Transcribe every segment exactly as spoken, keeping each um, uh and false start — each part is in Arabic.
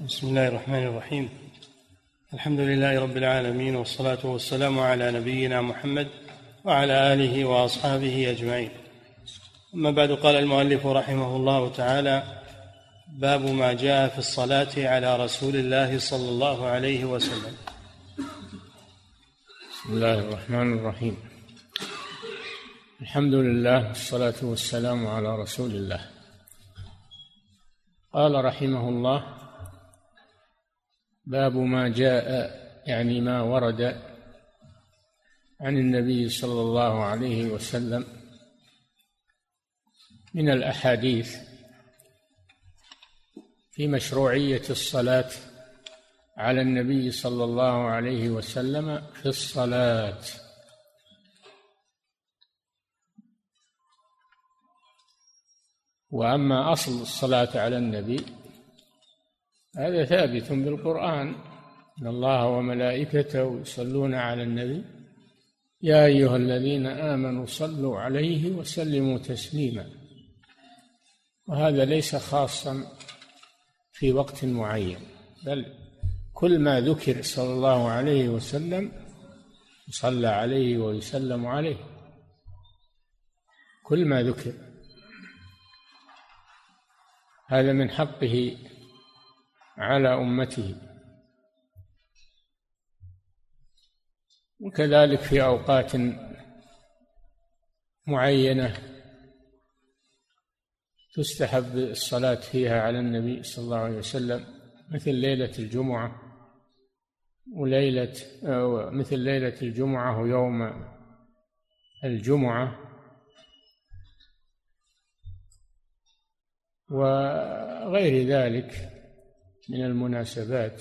بسم الله الرحمن الرحيم. الحمد لله رب العالمين، والصلاة والسلام على نبينا محمد وعلى آله وأصحابه أجمعين. أما بعد، قال المؤلف رحمه الله تعالى: باب ما جاء في الصلاة على رسول الله صلى الله عليه وسلم. بسم الله الرحمن الرحيم. الحمد لله والصلاة والسلام على رسول الله. قال رحمه الله: باب ما جاء، يعني ما ورد عن النبي صلى الله عليه وسلم من الأحاديث في مشروعية الصلاة على النبي صلى الله عليه وسلم في الصلاة. وأما أصل الصلاة على النبي هذا ثابت بالقرآن: إن الله وملائكته يصلون على النبي يا أيها الذين آمنوا صلوا عليه وسلموا تسليما. وهذا ليس خاصا في وقت معين، بل كل ما ذكر صلى الله عليه وسلم يصلى عليه ويسلم عليه، كل ما ذكر هذا من حقه على أمته. وكذلك في أوقات معينة تستحب الصلاة فيها على النبي صلى الله عليه وسلم، مثل ليلة الجمعة وليلة مثل ليلة الجمعة ويوم الجمعة وغير ذلك من المناسبات.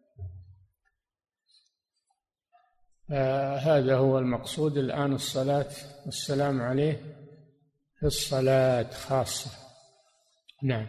هذا هو المقصود الآن، الصلاة والسلام عليه في الصلاة خاصة. نعم.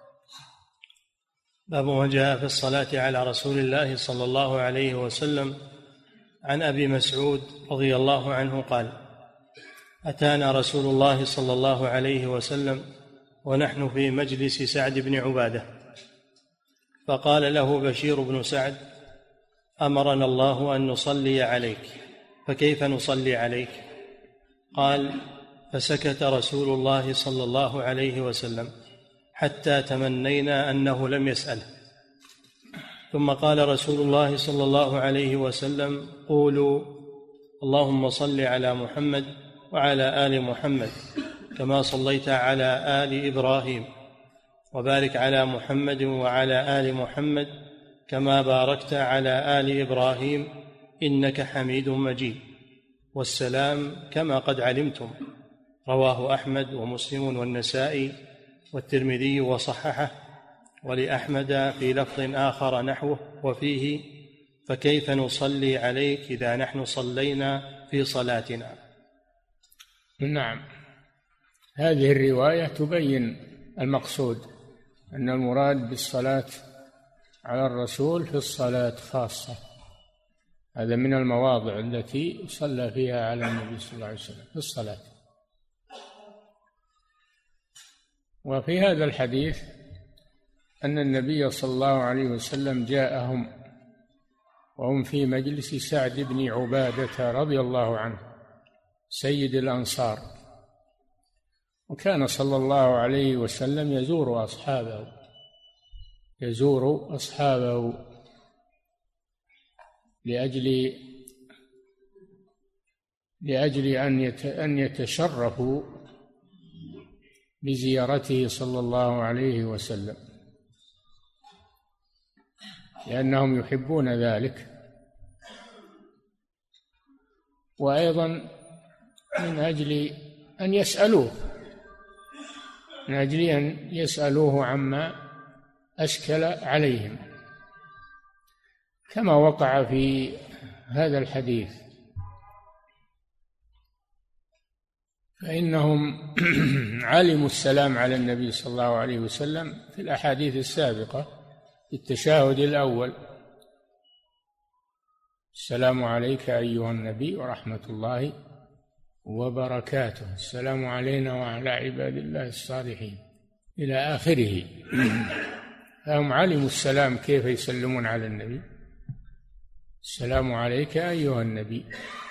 باب ما جاء في الصلاة على رسول الله صلى الله عليه وسلم. عن أبي مسعود رضي الله عنه قال: أتانا رسول الله صلى الله عليه وسلم ونحن في مجلس سعد بن عبادة، فقال له بشير بن سعد: أمرنا الله أن نصلي عليك، فكيف نصلي عليك؟ قال: فسكت رسول الله صلى الله عليه وسلم حتى تمنينا أنه لم يسأله، ثم قال رسول الله صلى الله عليه وسلم: قولوا اللهم صل على محمد وعلى آل محمد كما صليت على آل إبراهيم، وبارك على محمد وعلى آل محمد كما باركت على آل إبراهيم إنك حميد مجيد، والسلام كما قد علمتم. رواه أحمد ومسلم والنسائي والترمذي وصححه، ولأحمد في لفظ آخر نحوه وفيه: فكيف نصلي عليك إذا نحن صلينا في صلاتنا. نعم، هذه الرواية تبين المقصود، أن المراد بالصلاة على الرسول في الصلاة خاصة. هذا من المواضع التي صلى فيها على النبي صلى الله عليه وسلم في الصلاة. وفي هذا الحديث أن النبي صلى الله عليه وسلم جاءهم وهم في مجلس سعد بن عبادة رضي الله عنه سيد الأنصار، وكان صلى الله عليه وسلم يزور أصحابه يزور أصحابه لأجل لأجل أن يتشرفوا بزيارته صلى الله عليه وسلم، لأنهم يحبون ذلك. وأيضا من أجل أن يسألوه من أجل أن يسألوه عما أشكل عليهم، كما وقع في هذا الحديث، فإنهم علموا السلام على النبي صلى الله عليه وسلم في الأحاديث السابقة في التشهد الأول: السلام عليك أيها النبي ورحمة الله وبركاته، السلام علينا وعلى عباد الله الصالحين، إلى آخره. فهم علموا السلام كيف يسلمون على النبي. السلام عليك أيها النبي.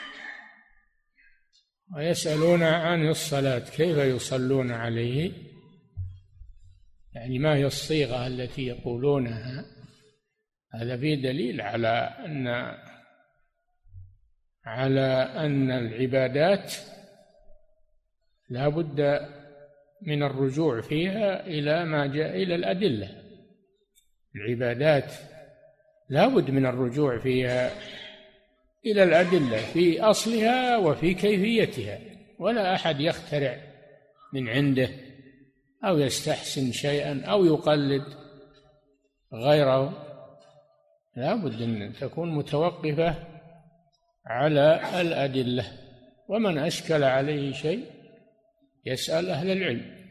ويسألون عن الصلاة كيف يصلون عليه، يعني ما هي الصيغة التي يقولونها. هذا فيه دليل على أن على أن العبادات لا بد من الرجوع فيها إلى ما جاء إلى الأدلة. العبادات لا بد من الرجوع فيها إلى الأدلة في أصلها وفي كيفيتها، ولا أحد يخترع من عنده أو يستحسن شيئا أو يقلد غيره. لا بد أن تكون متوقفة على الأدلة. ومن أشكل عليه شيء يسأل أهل العلم،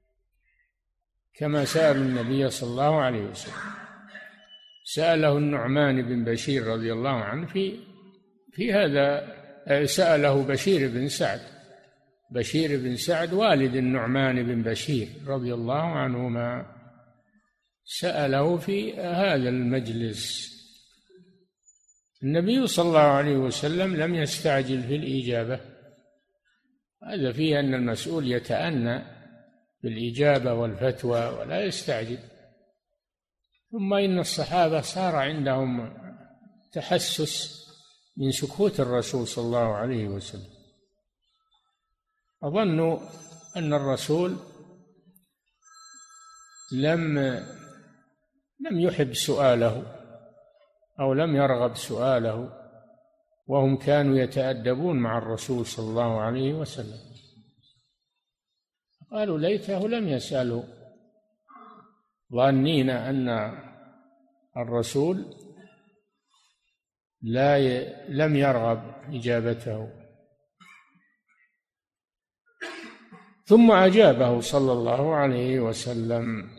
كما سألوا النبي صلى الله عليه وسلم. سأله النعمان بن بشير رضي الله عنه في في هذا، سأله بشير بن سعد بشير بن سعد والد النعمان بن بشير رضي الله عنهما، سأله في هذا المجلس. النبي صلى الله عليه وسلم لم يستعجل في الإجابة. هذا فيه أن المسؤول يتأنى بالإجابة والفتوى ولا يستعجل. ثم إن الصحابة صار عندهم تحسس من سكوت الرسول صلى الله عليه وسلم، أظنوا أن الرسول لم لم يحب سؤاله أو لم يرغب سؤاله، وهم كانوا يتأدبون مع الرسول صلى الله عليه وسلم. قالوا ليته لم يسأله، ظانين أن الرسول لا ي... لم يرغب إجابته. ثم أجابه صلى الله عليه وسلم.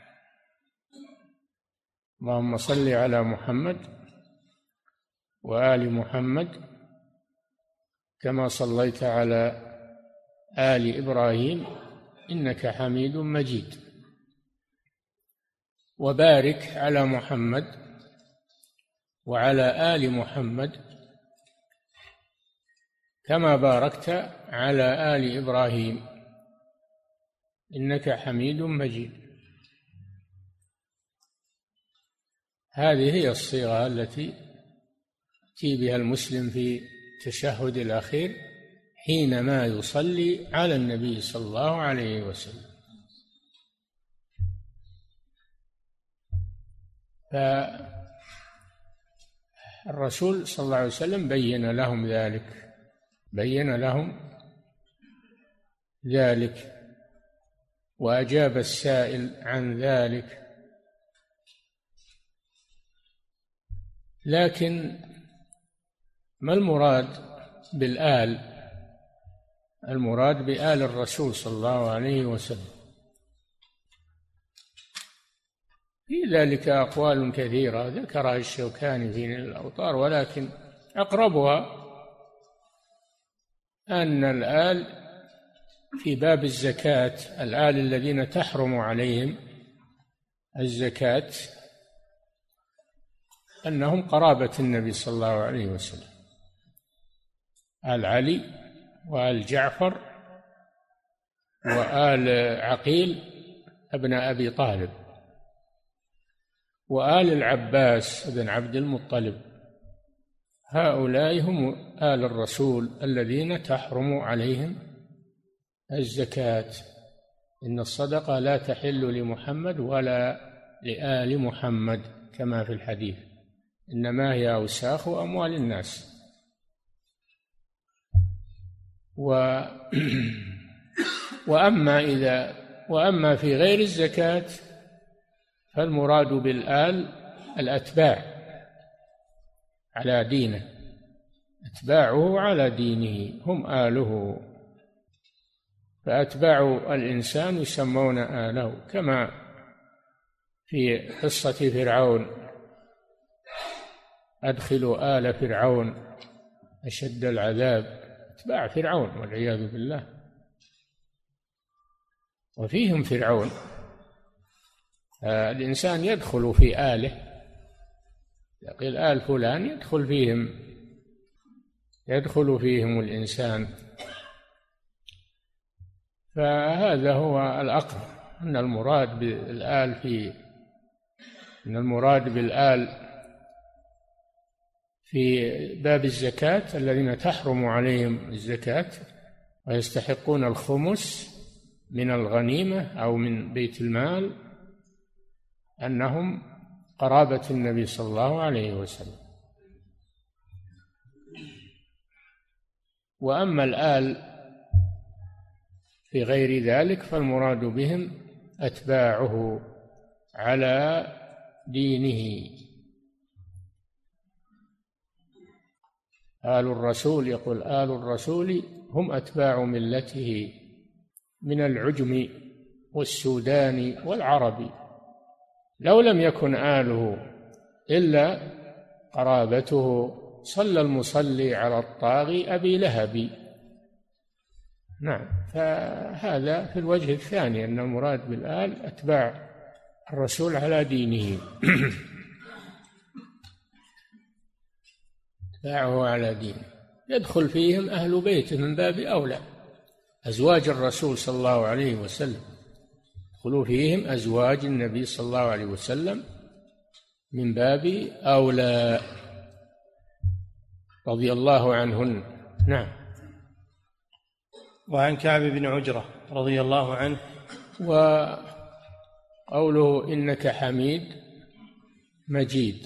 اللهم صل على محمد وآل محمد كما صليت على آل إبراهيم إنك حميد مجيد، وبارك على محمد وعلى آل محمد كما باركت على آل إبراهيم إنك حميد مجيد. هذه هي الصيغة التي يأتي بها المسلم في التشهد الأخير حينما يصلي على النبي صلى الله عليه وسلم. فالرسول صلى الله عليه وسلم بين لهم ذلك بين لهم ذلك وأجاب السائل عن ذلك. لكن ما المراد بالآل؟ المراد بآل الرسول صلى الله عليه وسلم في ذلك أقوال كثيرة ذكرها الشوكاني في الأوطار، ولكن أقربها أن الآل في باب الزكاة، الآل الذين تحرم عليهم الزكاة أنهم قرابة النبي صلى الله عليه وسلم، آل علي وآل جعفر وآل عقيل ابن أبي طالب وآل العباس بن عبد المطلب. هؤلاء هم آل الرسول الذين تحرم عليهم الزكاة. إن الصدقة لا تحل لمحمد ولا لآل محمد كما في الحديث، إنما هي أوساخ أموال الناس. و وأما إذا وأما في غير الزكاة فالمراد بالآل الأتباع على دينه، أتباعه على دينه هم آله، فأتباع الإنسان يسمون آله، كما في قصة فرعون أدخلوا آل فرعون أشد العذاب، أتباع فرعون والعياذ بالله، وفيهم فرعون الإنسان يدخل في آله، إذا قيل آل فلان يدخل فيهم يدخل فيهم الإنسان. فهذا هو الأقرب، أن المراد بالآل في أن المراد بالآل في باب الزكاة الذين تحرم عليهم الزكاة ويستحقون الخمس من الغنيمة أو من بيت المال، أنهم قرابة النبي صلى الله عليه وسلم. وأما الآل في غير ذلك فالمراد بهم أتباعه على دينه. آل الرسول، يقول آل الرسول هم أتباع ملته من العجم والسودان والعرب، لو لم يكن آله إلا قرابته صلى المصلي على الطاغي أبي لهب. نعم، فهذا في الوجه الثاني أن المراد بالآل أتباع الرسول على دينه أتباعه على دينه، يدخل فيهم أهل بيته من باب أولى، أزواج الرسول صلى الله عليه وسلم يدخل فيهم أزواج النبي صلى الله عليه وسلم من باب أولى رضي الله عنهن. نعم. وعن كعب بن عجرة رضي الله عنه وقوله إنك حميد مجيد،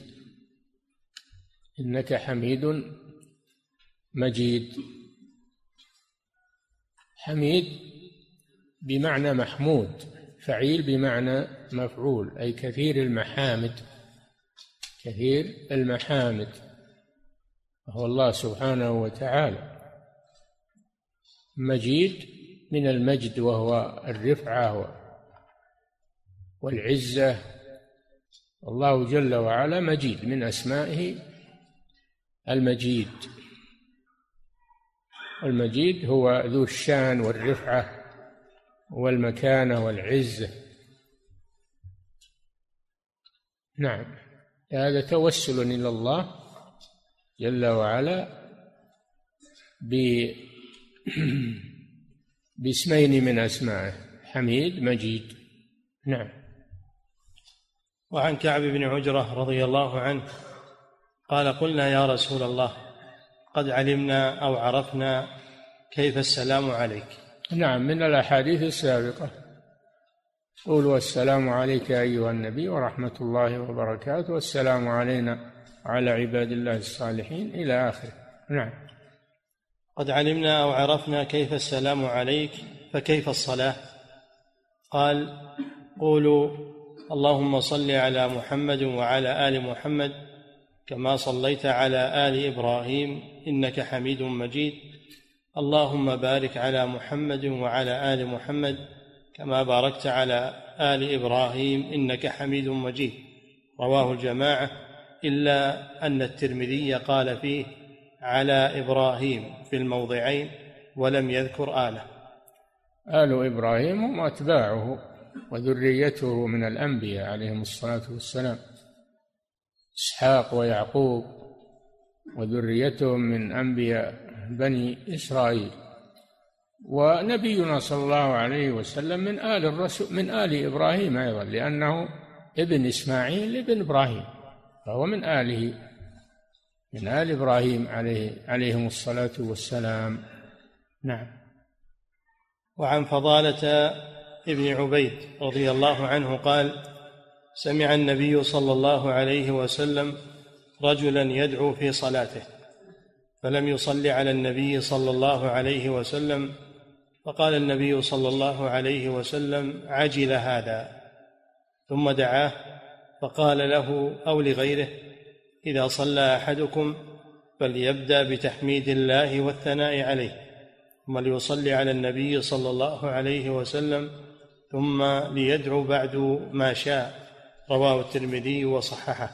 إنك حميد مجيد، حميد بمعنى محمود، فعيل بمعنى مفعول، أي كثير المحامد، كثير المحامد وهو الله سبحانه وتعالى. مجيد من المجد وهو الرفعة والعزة، الله جل وعلا مجيد، من أسمائه المجيد. المجيد هو ذو الشان والرفعة والمكانة والعزة. نعم، هذا توسل إلى الله جل وعلا باسمين من أسمائه، حميد مجيد. نعم. وعن كعب بن عجرة رضي الله عنه قال قلنا يا رسول الله قد علمنا أو عرفنا كيف السلام عليك. نعم، من الأحاديث السابقة قولوا السلام عليك أيها النبي ورحمة الله وبركاته والسلام علينا وعلى عباد الله الصالحين إلى آخره. نعم. قد علمنا أو عرفنا كيف السلام عليك فكيف الصلاة؟ قال قولوا اللهم صل على محمد وعلى آل محمد كما صليت على آل إبراهيم إنك حميد مجيد، اللهم بارك على محمد وعلى آل محمد كما باركت على آل إبراهيم إنك حميد مجيد. رواه الجماعة إلا أن الترمذي قال فيه على إبراهيم في الموضعين ولم يذكر آله. آل إبراهيم هم أتباعه وذريته من الأنبياء عليهم الصلاة والسلام، إسحاق ويعقوب وذريتهم من أنبياء بني إسرائيل. ونبينا صلى الله عليه وسلم من آل الرسول من آل إبراهيم أيضا، لأنه ابن إسماعيل ابن إبراهيم، فهو من آله من آل إبراهيم عليه عليهم الصلاة والسلام. نعم. وعن فضالة ابن عبيد رضي الله عنه قال سمع النبي صلى الله عليه وسلم رجلا يدعو في صلاته فلم يصل على النبي صلى الله عليه وسلم، فقال النبي صلى الله عليه وسلم عجل هذا، ثم دعاه فقال له أو لغيره إذا صلى أحدكم فليبدأ بتحميد الله والثناء عليه ثم ليصلي على النبي صلى الله عليه وسلم ثم ليدعو بعد ما شاء. رواه الترمذي وصححه.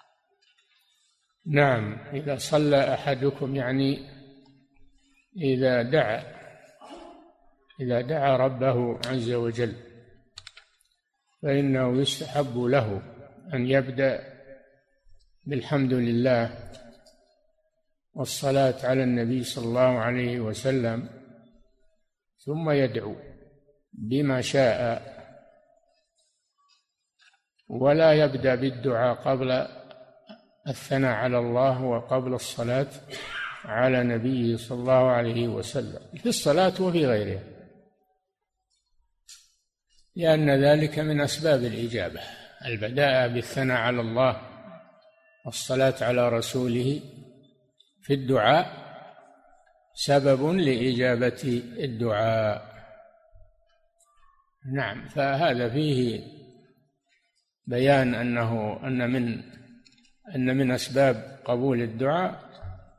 نعم، إذا صلى أحدكم يعني إذا دعا إذا دعا ربه عز وجل فإنه يستحب له أن يبدأ بالحمد لله والصلاة على النبي صلى الله عليه وسلم، ثم يدعو بما شاء، ولا يبدأ بالدعاء قبل الثناء على الله وقبل الصلاة على نبيه صلى الله عليه وسلم في الصلاة وفي غيرها، لأن ذلك من أسباب الإجابة. البداء بالثناء على الله والصلاة على رسوله في الدعاء سبب لإجابة الدعاء. نعم، فهذا فيه بيان أنه أن من أن من أسباب قبول الدعاء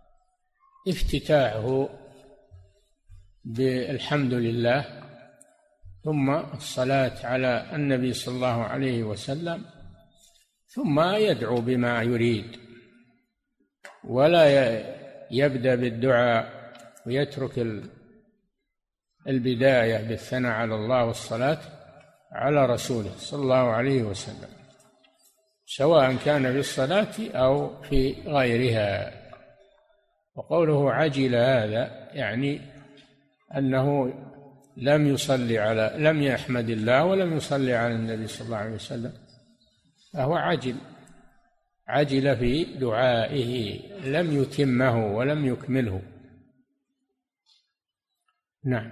افتتاحه بالحمد لله، ثم الصلاة على النبي صلى الله عليه وسلم، ثم يدعو بما يريد، ولا يبدأ بالدعاء ويترك البداية بالثناء على الله والصلاة على رسوله صلى الله عليه وسلم، سواء كان في الصلاة أو في غيرها. وقوله عجل هذا يعني أنه لم يصلي على لم يحمد الله ولم يصلي على النبي صلى الله عليه وسلم، فهو عجل عجل في دعائه، لم يتمه ولم يكمله. نعم.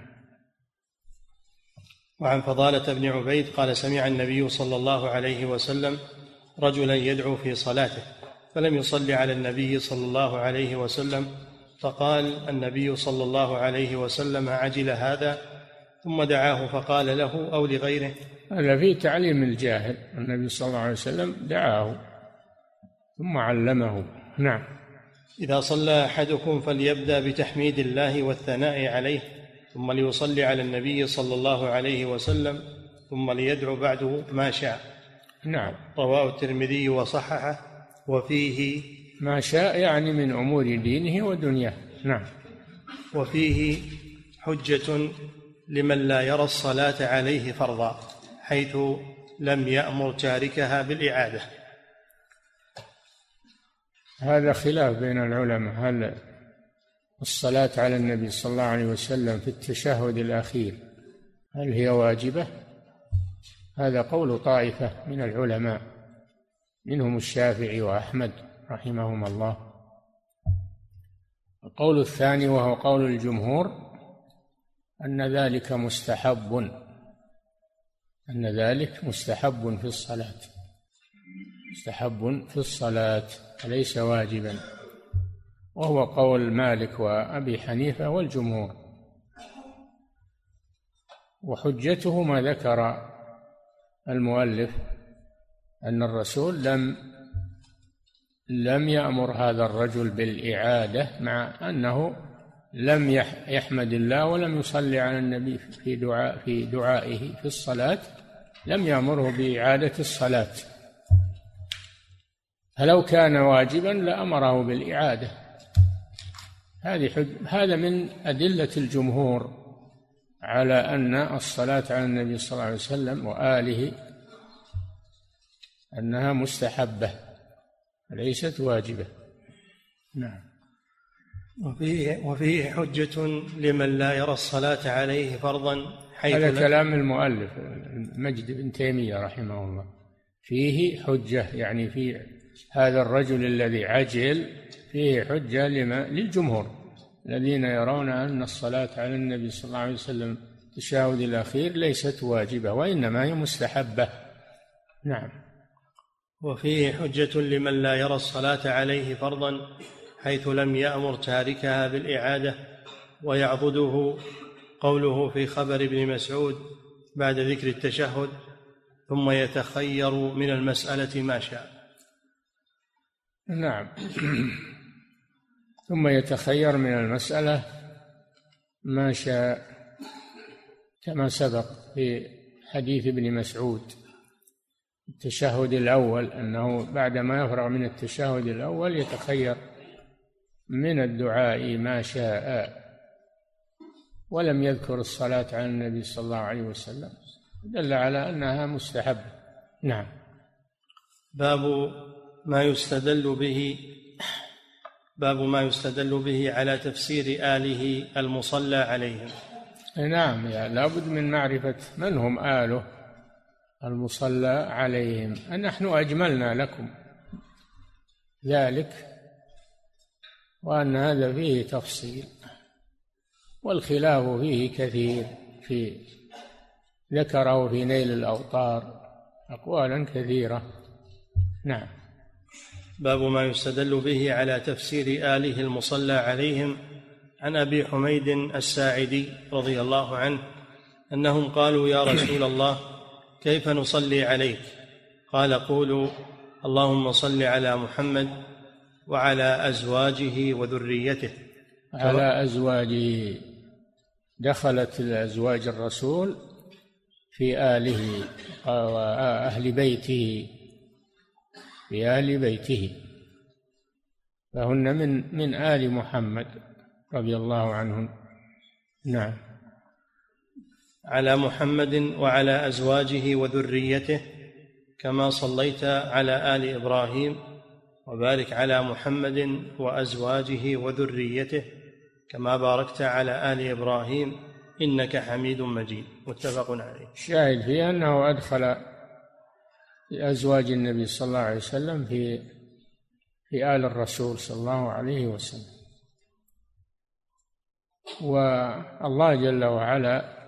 وعن فضالة بن عبيد قال سمع النبي صلى الله عليه وسلم رجلا يدعو في صلاته فلم يصلي على النبي صلى الله عليه وسلم، فقال النبي صلى الله عليه وسلم عجل هذا، ثم دعاه فقال له أو لغيره. هذا في تعليم الجاهل، النبي صلى الله عليه وسلم دعاه ثم علمه. نعم. إذا صلى أحدكم فليبدأ بتحميد الله والثناء عليه، ثم ليصلي على النبي صلى الله عليه وسلم، ثم ليدعو بعده ما شاء. نعم. رواه الترمذي وصححه. وفيه ما شاء يعني من أمور دينه ودنياه. نعم. وفيه حجة لمن لا يرى الصلاة عليه فرضا، حيث لم يأمر تاركها بالإعادة. هذا خلاف بين العلماء، هل الصلاة على النبي صلى الله عليه وسلم في التشهد الأخير هل هي واجبة؟ هذا قول طائفة من العلماء، منهم الشافعي وأحمد رحمهم الله. القول الثاني وهو قول الجمهور أن ذلك مستحب، أن ذلك مستحب في الصلاة، مستحب في الصلاة ليس واجبا، وهو قول مالك وأبي حنيفة والجمهور. وحجته ما ذكر المؤلف أن الرسول لم لم يأمر هذا الرجل بالإعادة، مع أنه لم يحمد الله ولم يصلي على النبي في دعاء في دعائه في الصلاة، لم يأمره بإعادة الصلاة. فلو كان واجبا لأمره بالإعادة. هذه حج... هذا من أدلة الجمهور على أن الصلاة على النبي صلى الله عليه وسلم وآله أنها مستحبة ليست واجبة. نعم. وفيه, وفيه حجة لمن لا يرى الصلاة عليه فرضا، حيث هذا كلام المؤلف مجد بن تيمية رحمه الله. فيه حجة يعني في هذا الرجل الذي عجل فيه حجة لما للجمهور الذين يرون أن الصلاة على النبي صلى الله عليه وسلم التشهد الأخير ليست واجبة وإنما هي مستحبة. نعم. وفيه حجة لمن لا يرى الصلاة عليه فرضا، حيث لم يأمر تاركها بالإعادة. ويعضده قوله في خبر ابن مسعود بعد ذكر التشهد ثم يتخير من المسألة ما شاء. نعم. ثم يتخير من المسألة ما شاء، كما سبق في حديث ابن مسعود التشهد الأول أنه بعدما يفرغ من التشهد الأول يتخير من الدعاء ما شاء، ولم يذكر الصلاة على النبي صلى الله عليه وسلم، دل على أنها مستحبة. نعم. باب ما يستدل به باب ما يستدل به على تفسير آله المصلى عليهم. نعم، يعني لابد من معرفة من هم آله المصلى عليهم. نحن أجملنا لكم ذلك، وأن هذا فيه تفصيل، والخلاف فيه كثير، في ذكره في نيل الأوطار أقوالا كثيرة. نعم. باب ما يستدل به على تفسير آله المصلى عليهم. عن أبي حميد الساعدي رضي الله عنه أنهم قالوا: يا رسول الله، كيف نصلي عليك؟ قال: قولوا: اللهم صل على محمد وعلى أزواجه وذريته. على أزواجه، دخلت الأزواج الرسول في آله وأهل بيته، في آل بيته، فهن من من آل محمد رضي الله عنهم. نعم. على محمد وعلى أزواجه وذريته كما صليت على آل إبراهيم، وبارك على محمد وأزواجه وذريته كما باركت على آل إبراهيم إنك حميد مجيد. متفق عليه. الشاهد في أنه أدخل أزواج النبي صلى الله عليه وسلم في في آل الرسول صلى الله عليه وسلم. والله جل وعلا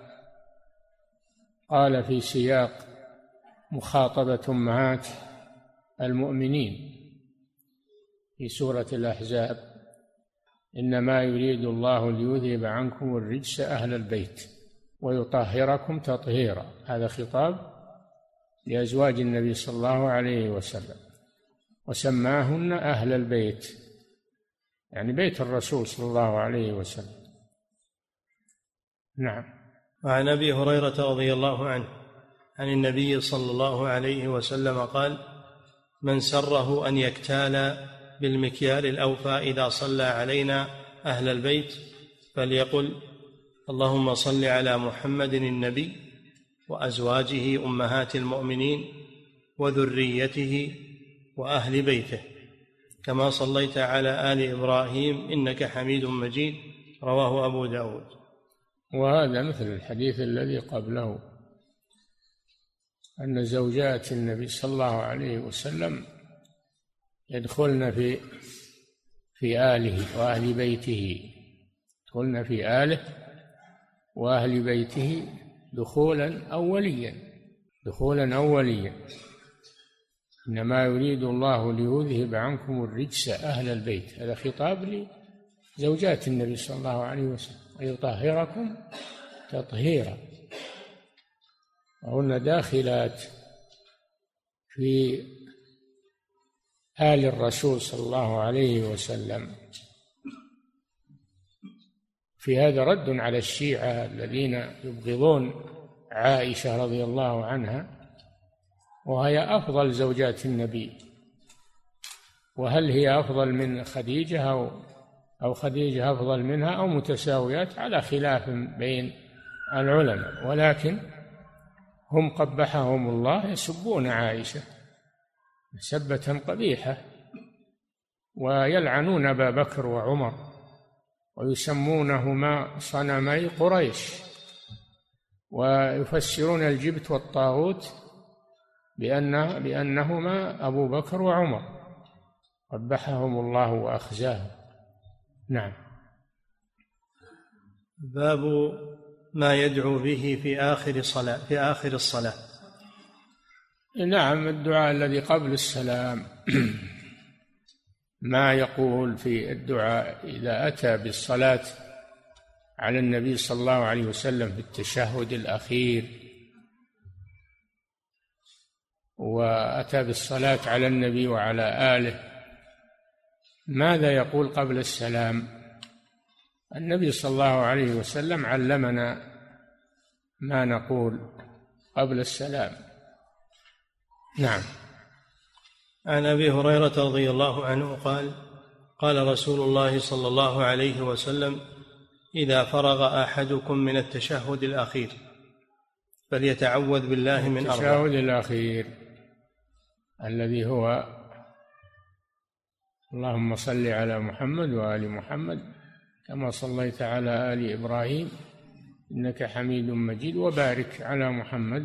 قال في سياق مخاطبة أمهات المؤمنين في سورة الأحزاب: إنما يريد الله ليذهب عنكم الرجس أهل البيت ويطهركم تطهيرا. هذا خطاب لأزواج النبي صلى الله عليه وسلم، وسماهن أهل البيت، يعني بيت الرسول صلى الله عليه وسلم. نعم. وعن أبي هريرة رضي الله عنه عن النبي صلى الله عليه وسلم قال: من سره أن يكتال بالمكيال الأوفى إذا صلى علينا أهل البيت فليقل: اللهم صل على محمد النبي وأزواجه أمهات المؤمنين وذريته وأهل بيته كما صليت على آل إبراهيم إنك حميد مجيد. رواه أبو داود. وهذا مثل الحديث الذي قبله، أن زوجات النبي صلى الله عليه وسلم يدخلن في في آله وأهل بيته، يدخلن في آله وأهل بيته دخولا أوليا، دخولا أوليا. إنما يريد الله ليذهب عنكم الرجس أهل البيت، هذا خطاب لزوجات النبي صلى الله عليه وسلم، ويطهركم تطهيرا، وهن داخلات في آل الرسول صلى الله عليه وسلم. في هذا رد على الشيعة الذين يبغضون عائشة رضي الله عنها، وهي أفضل زوجات النبي. وهل هي أفضل من خديجة أو أو خديجة أفضل منها أو متساويات؟ على خلاف بين العلماء، ولكن هم قبحهم الله يسبون عائشة سبة قبيحة، ويلعنون أبا بكر وعمر، ويسمونهما صنمي قريش، ويفسرون الجبت والطاغوت بأن بأنهما أبو بكر وعمر، قبحهم الله وأخزاهم. نعم. باب ما يدعو به في آخر صلاة في آخر الصلاة. نعم، الدعاء الذي قبل السلام ما يقول في الدعاء إذا أتى بالصلاة على النبي صلى الله عليه وسلم في التشهد الأخير، وأتى بالصلاة على النبي وعلى آله، ماذا يقول قبل السلام؟ النبي صلى الله عليه وسلم علمنا ما نقول قبل السلام. نعم. عن أبي هريرة رضي الله عنه قال: قال رسول الله صلى الله عليه وسلم: إذا فرغ أحدكم من التشهد الأخير فليتعوذ بالله من أربع. التشهد الأخير الذي هو اللهم صل على محمد وآل محمد كما صليت على آل إبراهيم إنك حميد مجيد، وبارك على محمد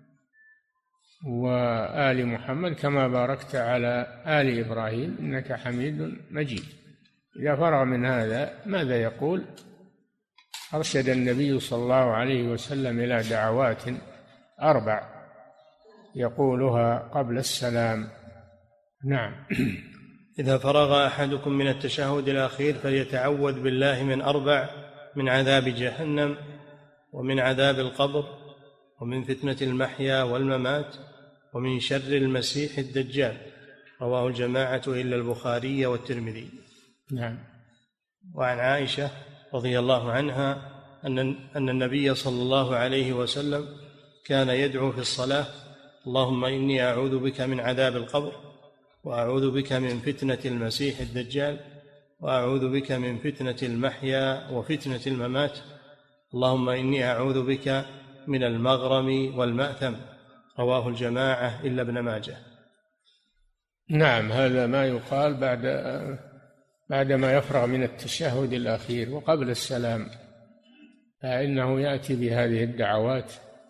وآل محمد كما باركت على آل إبراهيم إنك حميد مجيد. إذا فرغ من هذا ماذا يقول؟ أرشد النبي صلى الله عليه وسلم إلى دعوات أربع يقولها قبل السلام. نعم. إذا فرغ أحدكم من التشهد الأخير فليتعوذ بالله من أربع: من عذاب جهنم، ومن عذاب القبر، ومن فتنة المحيا والممات، ومن شر المسيح الدجال. رواه الجماعة إلا البخاري والترمذي. نعم. وعن عائشة رضي الله عنها أن أن النبي صلى الله عليه وسلم كان يدعو في الصلاة: اللهم إني أعوذ بك من عذاب القبر، وأعوذ بك من فتنة المسيح الدجال، وأعوذ بك من فتنة المحيا وفتنة الممات، اللهم إني أعوذ بك من المغرم والمأثم. رواه الجماعة إلا ابن ماجه. نعم، هذا ما يقال بعد بعدما يفرغ من التشهد الأخير وقبل السلام، فإنه يأتي بهذه الدعوات: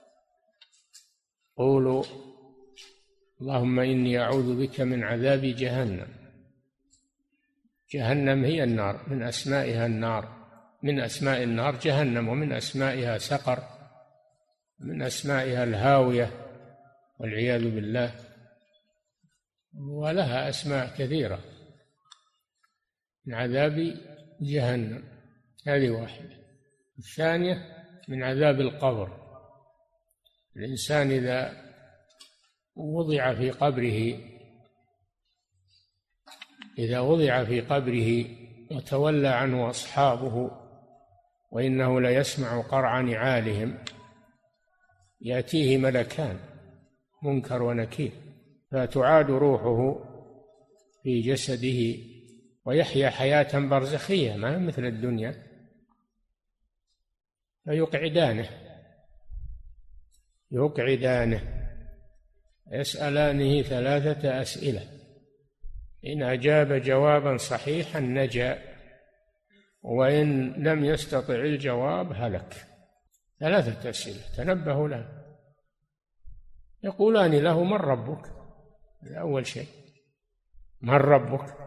قولوا اللهم إني أعوذ بك من عذاب جهنم. جهنم هي النار، من أسمائها النار، من أسماء النار جهنم، ومن أسمائها سقر، من أسمائها الهاوية والعياذ بالله، ولها أسماء كثيرة. من عذاب جهنم، هذه واحدة. الثانية من عذاب القبر. الإنسان إذا وضع في قبره إذا وضع في قبره وتولى عنه أصحابه وإنه ليسمع قرع نعالهم، يأتيه ملكان منكر ونكير، فتعاد روحه في جسده ويحيا حياة برزخية ما مثل الدنيا، فيقعدانه يقعدانه يسألانه ثلاثة أسئلة، إن أجاب جوابا صحيحا نجا، وإن لم يستطع الجواب هلك. ثلاثة أسئلة تنبهوا لها. يقولان له: من ربك؟ أول شيء من ربك؟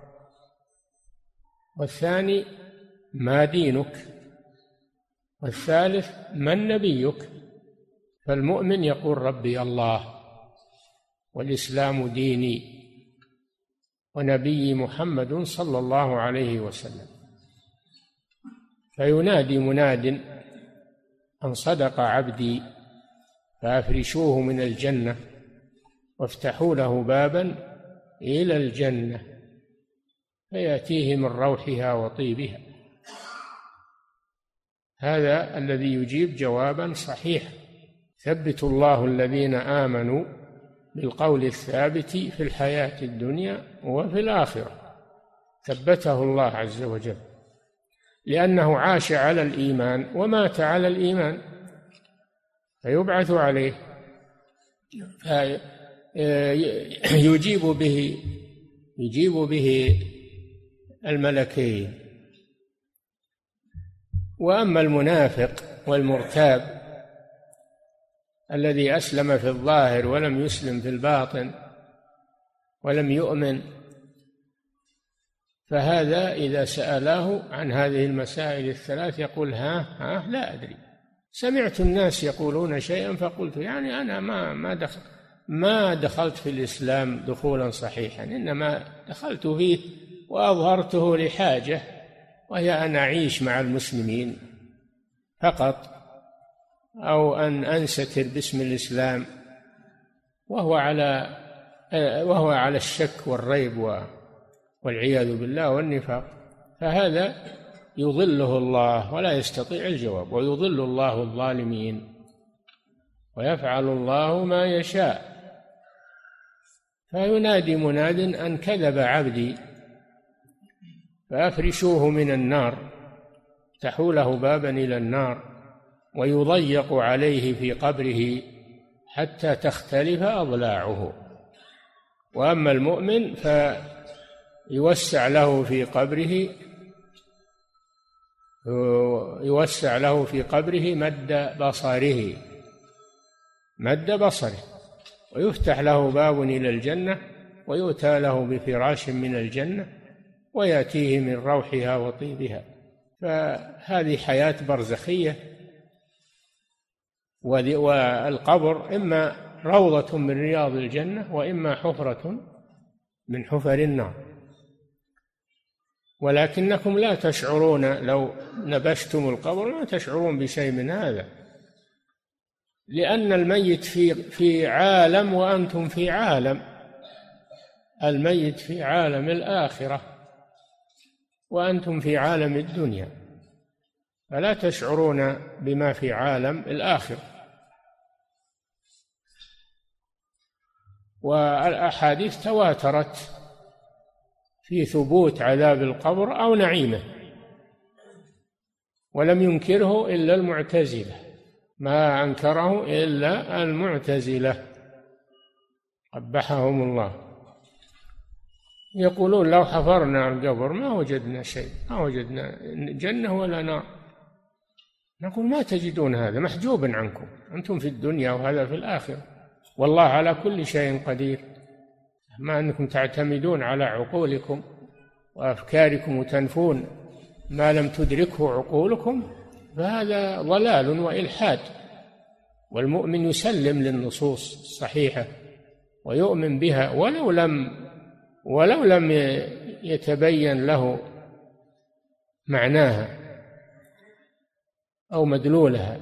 والثاني ما دينك؟ والثالث من نبيك؟ فالمؤمن يقول: ربي الله، والإسلام ديني، ونبي محمد صلى الله عليه وسلم. فينادي مناد: أن صدق عبدي فأفرشوه من الجنة وافتحوا له بابا إلى الجنة، فيأتيه من روحها وطيبها. هذا الذي يجيب جوابا صحيحا. ثبت الله الذين آمنوا بالقول الثابت في الحياة الدنيا وفي الآخرة. ثبته الله عز وجل لأنه عاش على الإيمان ومات على الإيمان، فيبعث عليه، فيجيب به يجيب به الملكين. وأما المنافق والمرتاب الذي أسلم في الظاهر ولم يسلم في الباطن ولم يؤمن، فهذا إذا سأله عن هذه المسائل الثلاث يقول: ها ها لا أدري، سمعت الناس يقولون شيئا فقلت، يعني أنا ما ما دخل ما دخلت في الإسلام دخولا صحيحا، إنما دخلت فيه وأظهرته لحاجة، وهي أن أعيش مع المسلمين فقط، أو أن أنستر باسم الإسلام، وهو على وهو على الشك والريب والعياذ بالله والنفاق. فهذا يضله الله ولا يستطيع الجواب، ويضل الله الظالمين ويفعل الله ما يشاء. فينادي مناد: أن كذب عبدي فأفرشوه من النار، افتحوا له بابا إلى النار، ويضيق عليه في قبره حتى تختلف أضلاعه. وأما المؤمن فيوسع له في قبره يوسع له في قبره مد بصره مد بصره ويفتح له باب إلى الجنة ويؤتى له بفراش من الجنة ويأتيه من روحها وطيبها. فهذه حياة برزخية. والقبر إما روضة من رياض الجنة وإما حفرة من حفر النار، ولكنكم لا تشعرون لو نبشتم القبر، لا تشعرون بشيء من هذا، لأن الميت في في عالم وأنتم في عالم. الميت في عالم الآخرة وأنتم في عالم الدنيا، فلا تشعرون بما في عالم الآخرة. والأحاديث تواترت في ثبوت عذاب القبر أو نعيمه، ولم ينكره إلا المعتزلة، ما أنكره إلا المعتزلة قبحهم الله. يقولون لو حفرنا القبر ما وجدنا شيء، ما وجدنا جنة ولا نار. نقول ما تجدون هذا، محجوب عنكم، أنتم في الدنيا وهذا في الآخرة، والله على كل شيء قدير. ما أنكم تعتمدون على عقولكم وأفكاركم وتنفون ما لم تدركه عقولكم، فهذا ضلال وإلحاد. والمؤمن يسلم للنصوص الصحيحة ويؤمن بها ولو لم ولو لم يتبين له معناها أو مدلولها.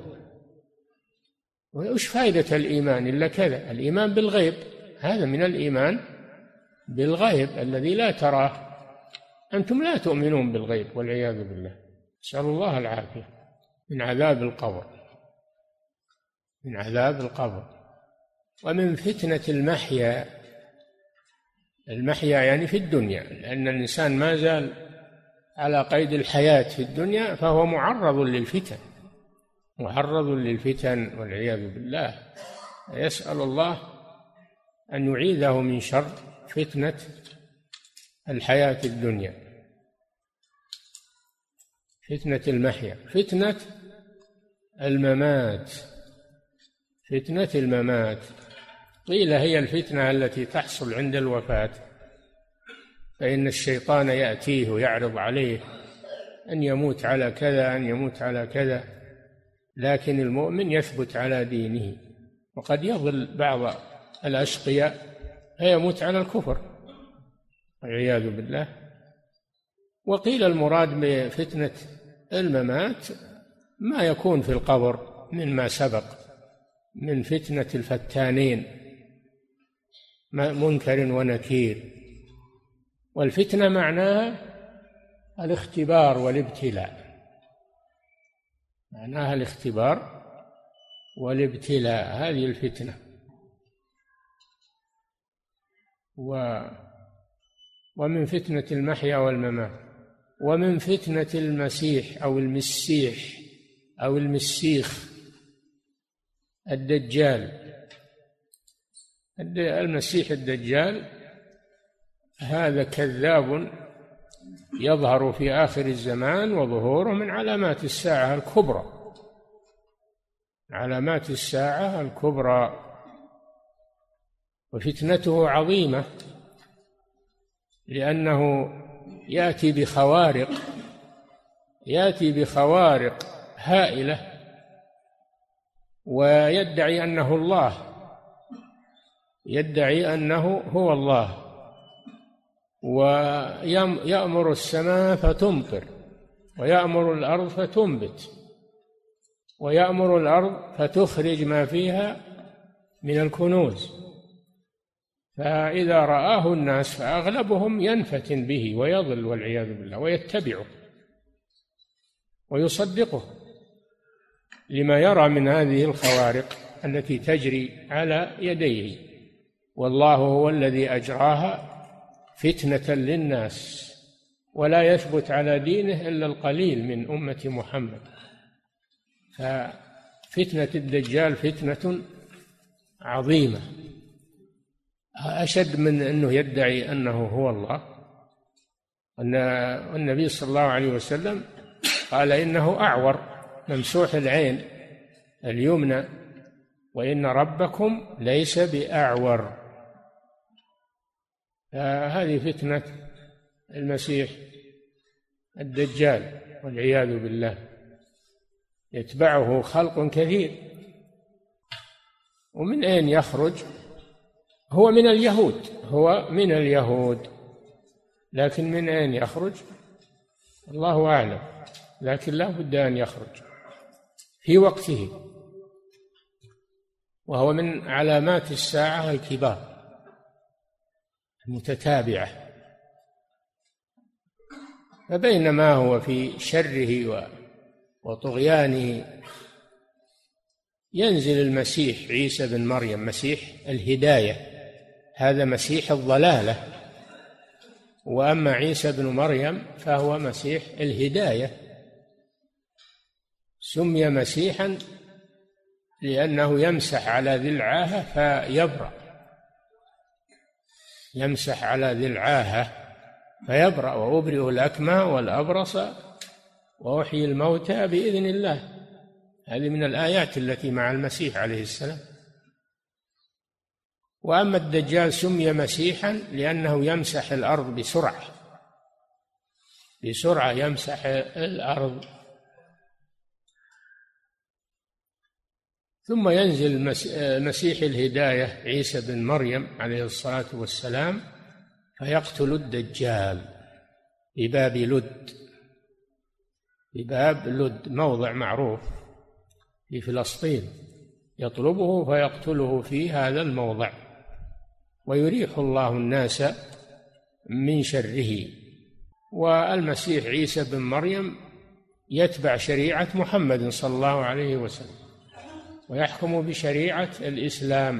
وإيش فائدة الإيمان إلا كذا؟ الإيمان بالغيب هذا من الإيمان بالغيب الذي لا تراه. أنتم لا تؤمنون بالغيب والعياذ بالله، نسأل الله العافية من عذاب القبر، من عذاب القبر. ومن فتنة المحيا، المحيا يعني في الدنيا، لأن الإنسان ما زال على قيد الحياة في الدنيا فهو معرض للفتن، معرض للفتن والعياذ بالله. يسأل الله أن يعيذه من شر فتنة الحياة الدنيا، فتنة المحيا. فتنة الممات، فتنة الممات قيل هي الفتنة التي تحصل عند الوفاة، فإن الشيطان يأتيه ويعرض عليه أن يموت على كذا، أن يموت على كذا، لكن المؤمن يثبت على دينه. وقد يضل بعض الأشقياء فيموت على الكفر والعياذ بالله. وقيل المراد بفتنة الممات ما يكون في القبر مما سبق من فتنة الفتانين، منكر ونكير. والفتنة معناها الاختبار والابتلاء، معناها الاختبار والابتلاء، هذه الفتنة. و ومن فتنة المحيا والممات، ومن فتنة المسيح أو المسيح أو المسيخ الدجال. المسيح الدجال هذا كذاب يظهر في آخر الزمان، وظهوره من علامات الساعة الكبرى، علامات الساعة الكبرى. وفتنته عظيمة لأنه يأتي بخوارق، يأتي بخوارق هائلة، ويدعي أنه الله، يدعي أنه هو الله، ويأمر السماء فتمطر، ويأمر الأرض فتنبت، ويأمر الأرض فتخرج ما فيها من الكنوز. فإذا رآه الناس فأغلبهم ينفتن به ويضل والعياذ بالله، ويتبعه ويصدقه لما يرى من هذه الخوارق التي تجري على يديه. والله هو الذي أجراها فتنة للناس، ولا يثبت على دينه إلا القليل من أمة محمد. ففتنة الدجال فتنة عظيمة. أشد من أنه يدعي أنه هو الله. أن النبي صلى الله عليه وسلم قال إنه أعور ممسوح العين اليمنى، وإن ربكم ليس بأعور. هذه فتنة المسيح الدجال والعياذ بالله، يتبعه خلق كثير. ومن أين يخرج؟ هو من اليهود، هو من اليهود، لكن من أين يخرج الله أعلم، لكن لا بد أن يخرج في وقته، وهو من علامات الساعة الكبار المتتابعة. فبينما هو في شره وطغيانه ينزل المسيح عيسى بن مريم، مسيح الهداية، هذا مسيح الضلالة، وأما عيسى بن مريم فهو مسيح الهداية. سمي مسيحا لأنه يمسح على ذي العاهة فيبرأ، يمسح على ذي العاهة فيبرأ، وأبرئ الأكمى والأبرص وأحيي الموتى بإذن الله. هذه من الآيات التي مع المسيح عليه السلام. وأما الدجال سمي مسيحا لأنه يمسح الأرض بسرعة، بسرعة يمسح الأرض. ثم ينزل مسيح الهداية عيسى بن مريم عليه الصلاة والسلام فيقتل الدجال بباب لد، بباب لد موضع معروف في فلسطين، يطلبه فيقتله في هذا الموضع، ويريح الله الناس من شره. والمسيح عيسى بن مريم يتبع شريعة محمد صلى الله عليه وسلم ويحكم بشريعة الإسلام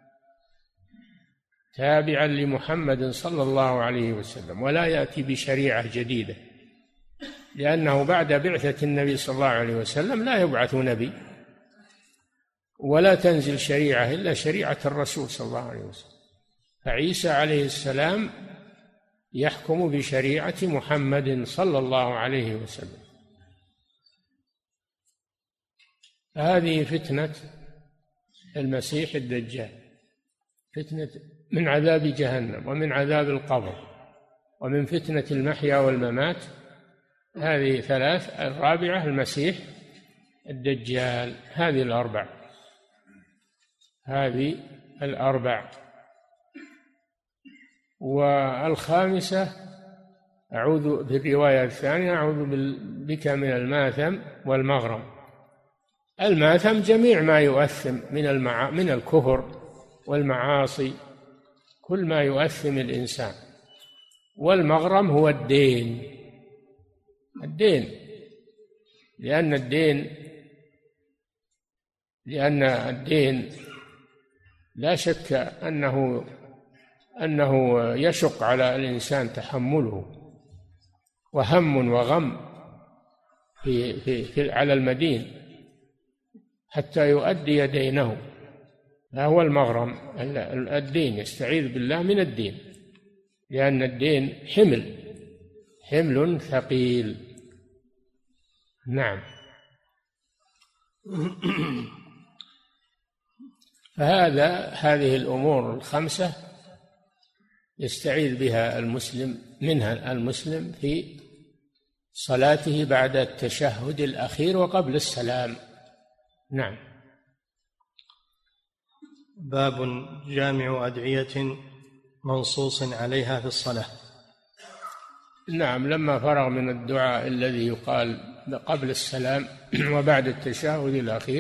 تابعا لمحمد صلى الله عليه وسلم، ولا يأتي بشريعة جديدة، لأنه بعد بعثة النبي صلى الله عليه وسلم لا يبعث نبي ولا تنزل شريعة إلا شريعة الرسول صلى الله عليه وسلم. فعيسى عليه السلام يحكم بشريعة محمد صلى الله عليه وسلم. هذه فتنة المسيح الدجال، فتنة من عذاب جهنم ومن عذاب القبر ومن فتنة المحيا والممات. هذه ثلاث. الرابعة المسيح الدجال. هذه الأربع، هذه الأربع. والخامسة أعوذ بالرواية الثانية أعوذ بك من الماثم والمغرم. الماثم جميع ما يؤثم من المعا من الكفر والمعاصي، كل ما يؤثم الإنسان. والمغرم هو الدين، الدين لأن الدين لأن الدين لا شك أنه أنه يشق على الإنسان تحمله، وهم وغم في في, في على المدين حتى يؤدي دينه. هو المغرم الدين، يستعيذ بالله من الدين، لأن الدين حمل حمل ثقيل. نعم. فهذا هذه الأمور الخمسة يستعيذ بها المسلم منها المسلم في صلاته بعد التشهد الأخير وقبل السلام. نعم. باب جامع أدعية منصوص عليها في الصلاة. نعم. لما فرغ من الدعاء الذي يقال قبل السلام وبعد التشهد الأخير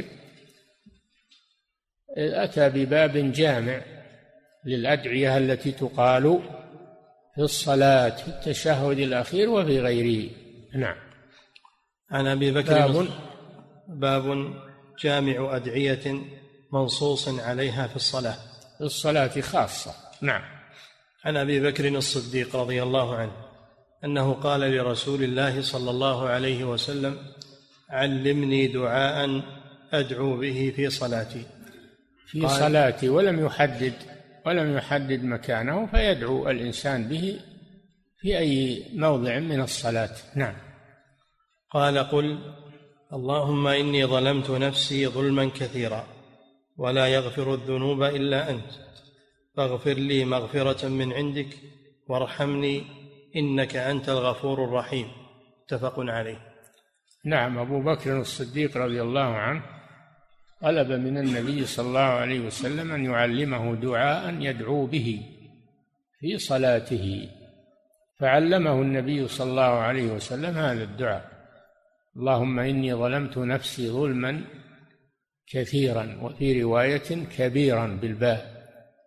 أتى بباب جامع للأدعية التي تقال في الصلاة في التشهد الأخير وفي غيره. نعم. عن أبي بكر باب, باب جامع أدعية منصوص عليها في الصلاة، في الصلاة خاصة. نعم. عن أبي بكر الصديق رضي الله عنه أنه قال لرسول الله صلى الله عليه وسلم: علمني دعاء أدعو به في صلاتي. في صلاتي، ولم يحدد ولم يحدد مكانه، فيدعو الإنسان به في أي موضع من الصلاة. نعم. قال: قل اللهم إني ظلمت نفسي ظلما كثيرا ولا يغفر الذنوب إلا أنت، فاغفر لي مغفرة من عندك وارحمني إنك أنت الغفور الرحيم. متفق عليه. نعم. أبو بكر الصديق رضي الله عنه طلب من النبي صلى الله عليه وسلم أن يعلمه دعاء يدعو به في صلاته، فعلمه النبي صلى الله عليه وسلم هذا الدعاء: اللهم إني ظلمت نفسي ظلما كثيرا، وفي رواية كبيرا بالباء،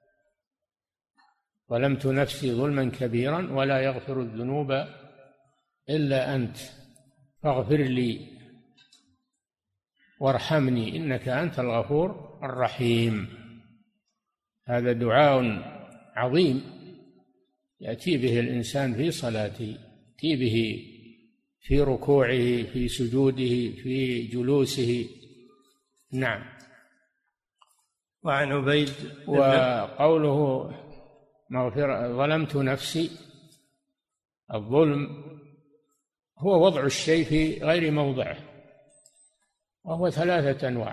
ظلمت نفسي ظلما كبيرا ولا يغفر الذنوب إلا أنت، فاغفر لي وارحمني إنك أنت الغفور الرحيم. هذا دعاء عظيم يأتي به الإنسان في صلاته، يأتي به في ركوعه، في سجوده، في جلوسه. نعم. وعن عبيد وقوله مغفرة ظلمت نفسي، الظلم هو وضع الشيء في غير موضعه، وهو ثلاثة أنواع.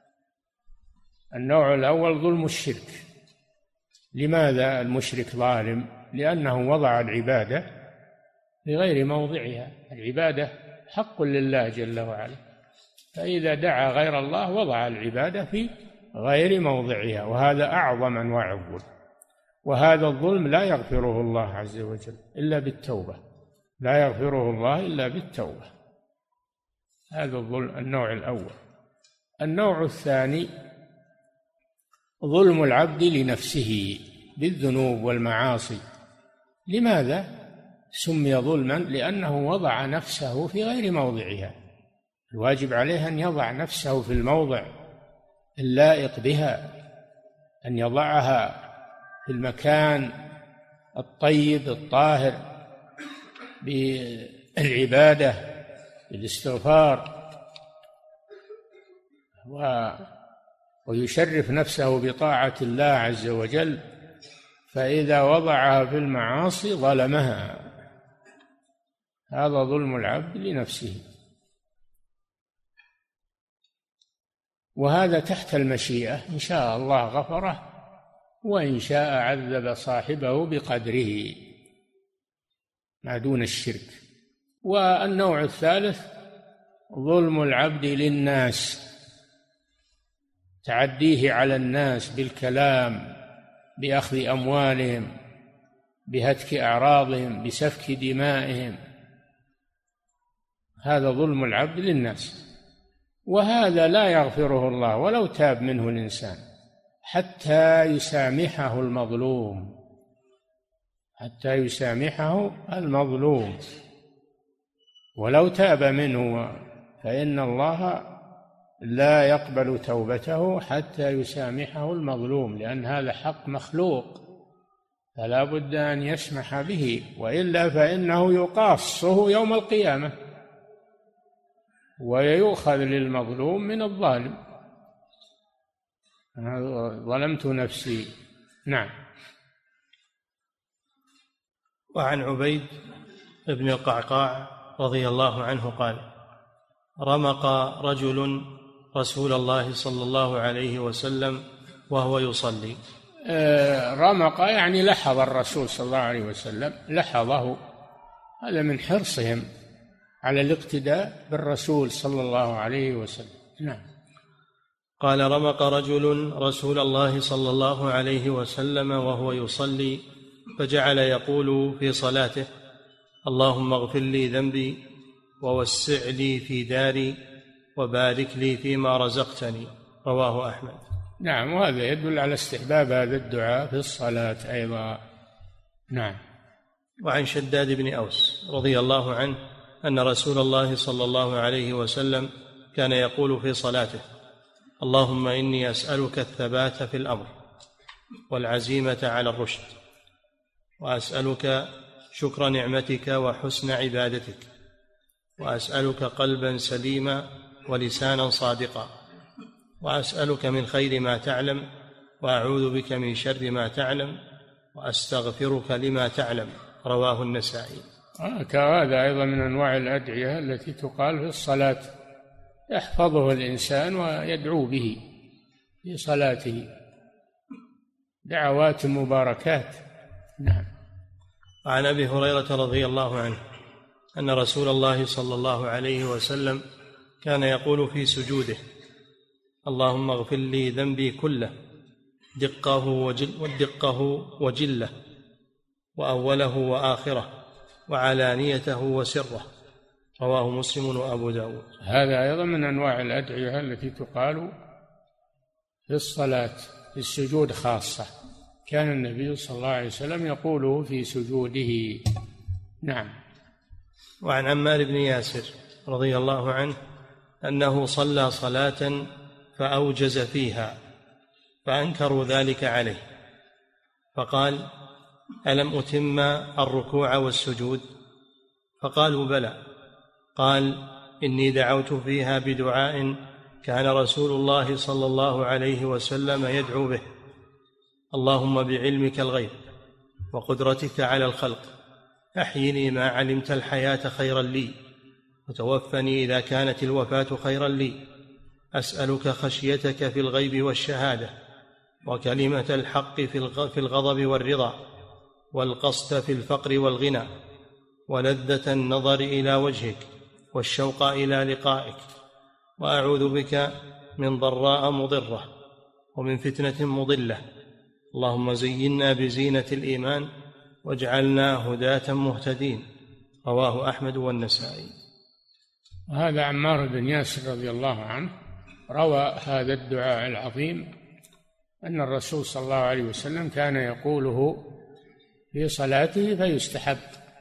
النوع الأول ظلم الشرك. لماذا المشرك ظالم؟ لأنه وضع العبادة في غير موضعها. العبادة حق لله جل وعلا، فإذا دعا غير الله وضع العبادة في غير موضعها، وهذا أعظم أنواع الظلم. وهذا الظلم لا يغفره الله عز وجل إلا بالتوبة، لا يغفره الله إلا بالتوبة. هذا الظلم النوع الأول. النوع الثاني ظلم العبد لنفسه بالذنوب والمعاصي. لماذا سمي ظلما؟ لأنه وضع نفسه في غير موضعها. الواجب عليه أن يضع نفسه في الموضع اللائق بها، أن يضعها في المكان الطيب الطاهر بالعبادة بالاستغفار، ويشرف نفسه بطاعة الله عز وجل. فإذا وضعها في المعاصي ظلمها. هذا ظلم العبد لنفسه، وهذا تحت المشيئة، إن شاء الله غفره وإن شاء عذب صاحبه بقدره ما دون الشرك. والنوع الثالث ظلم العبد للناس، تعديه على الناس بالكلام، بأخذ أموالهم، بهتك أعراضهم، بسفك دمائهم. هذا ظلم العبد للناس، وهذا لا يغفره الله ولو تاب منه الإنسان حتى يسامحه المظلوم، حتى يسامحه المظلوم ولو تاب منه، فإن الله لا يقبل توبته حتى يسامحه المظلوم، لأن هذا حق مخلوق فلا بد أن يسمح به، وإلا فإنه يقاصه يوم القيامة ويؤخذ للمظلوم من الظالم. ظلمت نفسي. نعم. وعن عبيد بن القعقاع رضي الله عنه قال: رمق رجل رسول الله صلى الله عليه وسلم وهو يصلي. آه رمق يعني لحظ الرسول صلى الله عليه وسلم، لحظه. هذا من حرصهم على الاقتداء بالرسول صلى الله عليه وسلم. نعم. قال: رمق رجل رسول الله صلى الله عليه وسلم وهو يصلي، فجعل يقول في صلاته: اللهم اغفر لي ذنبي ووسع لي في داري وبارك لي فيما رزقتني. رواه أحمد. نعم. وهذا يدل على استحباب هذا الدعاء في الصلاة أيضا. نعم. وعن شداد بن أوس رضي الله عنه أن رسول الله صلى الله عليه وسلم كان يقول في صلاته: اللهم إني أسألك الثبات في الأمر والعزيمة على الرشد، وأسألك شكر نعمتك وحسن عبادتك، وأسألك قلبا سليما ولسانا صادقا، وأسألك من خير ما تعلم وأعوذ بك من شر ما تعلم وأستغفرك لما تعلم. رواه النسائي. هذا أيضا من أنواع الأدعية التي تقال في الصلاة، يحفظه الإنسان ويدعو به في صلاته، دعوات مباركات. نعم. عن أبي هريرة رضي الله عنه أن رسول الله صلى الله عليه وسلم كان يقول في سجوده: اللهم اغفر لي ذنبي كله، دقه وجل ودقه وجله، وأوله وآخره، وعلانيته وسره. رواه مسلم وأبو داود. هذا أيضا من أنواع الأدعية التي تقال في الصلاة، في السجود خاصة، كان النبي صلى الله عليه وسلم يقوله في سجوده. نعم. وعن عمار بن ياسر رضي الله عنه أنه صلى صلاة فأوجز فيها فأنكروا ذلك عليه، فقال: ألم أتم الركوع والسجود؟ فقالوا: بلى. قال: إني دعوت فيها بدعاء كان رسول الله صلى الله عليه وسلم يدعو به: اللهم بعلمك الغيب وقدرتك على الخلق أحيني ما علمت الحياة خيرا لي، وتوفني إذا كانت الوفاة خيرا لي، أسألك خشيتك في الغيب والشهادة، وكلمة الحق في الغضب والرضا، والقصد في الفقر والغنى، ولذة النظر إلى وجهك، والشوق إلى لقائك، وأعوذ بك من ضراء مضرة ومن فتنة مضلة، اللهم زينا بزينة الإيمان واجعلنا هداة مهتدين. رواه أحمد والنسائي. وهذا عمار بن ياسر رضي الله عنه روى هذا الدعاء العظيم أن الرسول صلى الله عليه وسلم كان يقوله في صلاته، فيستحب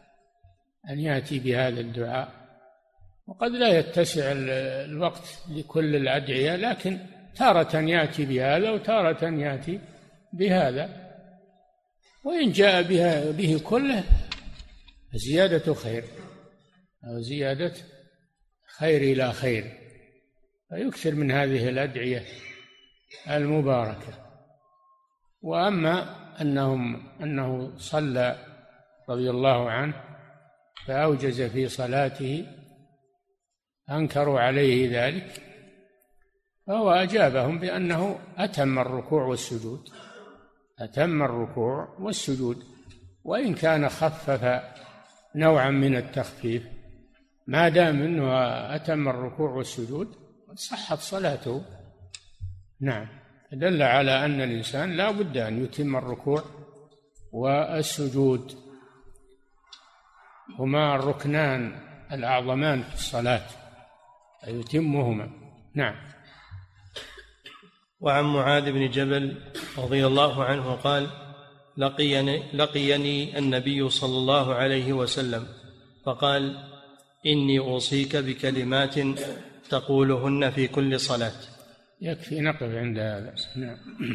أن يأتي بهذا الدعاء. وقد لا يتسع الوقت لكل الأدعية، لكن تارة يأتي بهذا وتارة يأتي بهذا، وإن جاء بها به كله زيادة خير أو زيادة خير إلى خير، فيكثر من هذه الأدعية المباركة. وأما أنهم أنه صلى رضي الله عنه فأوجز في صلاته أنكروا عليه ذلك، فهو أجابهم بأنه أتم الركوع والسجود، أتم الركوع والسجود، وإن كان خفف نوعا من التخفيف، ما دام أنه أتم الركوع والسجود صحت صلاته. نعم. دل على أن الإنسان لا بد أن يتم الركوع والسجود، هما الركنان الأعظمان في الصلاة، يتمهما. نعم. وعن معاذ بن جبل رضي الله عنه قال: لقيني, لقيني النبي صلى الله عليه وسلم فقال: إني أوصيك بكلمات تقولهن في كل صلاة. يكفي نقف عند هذا. نعم.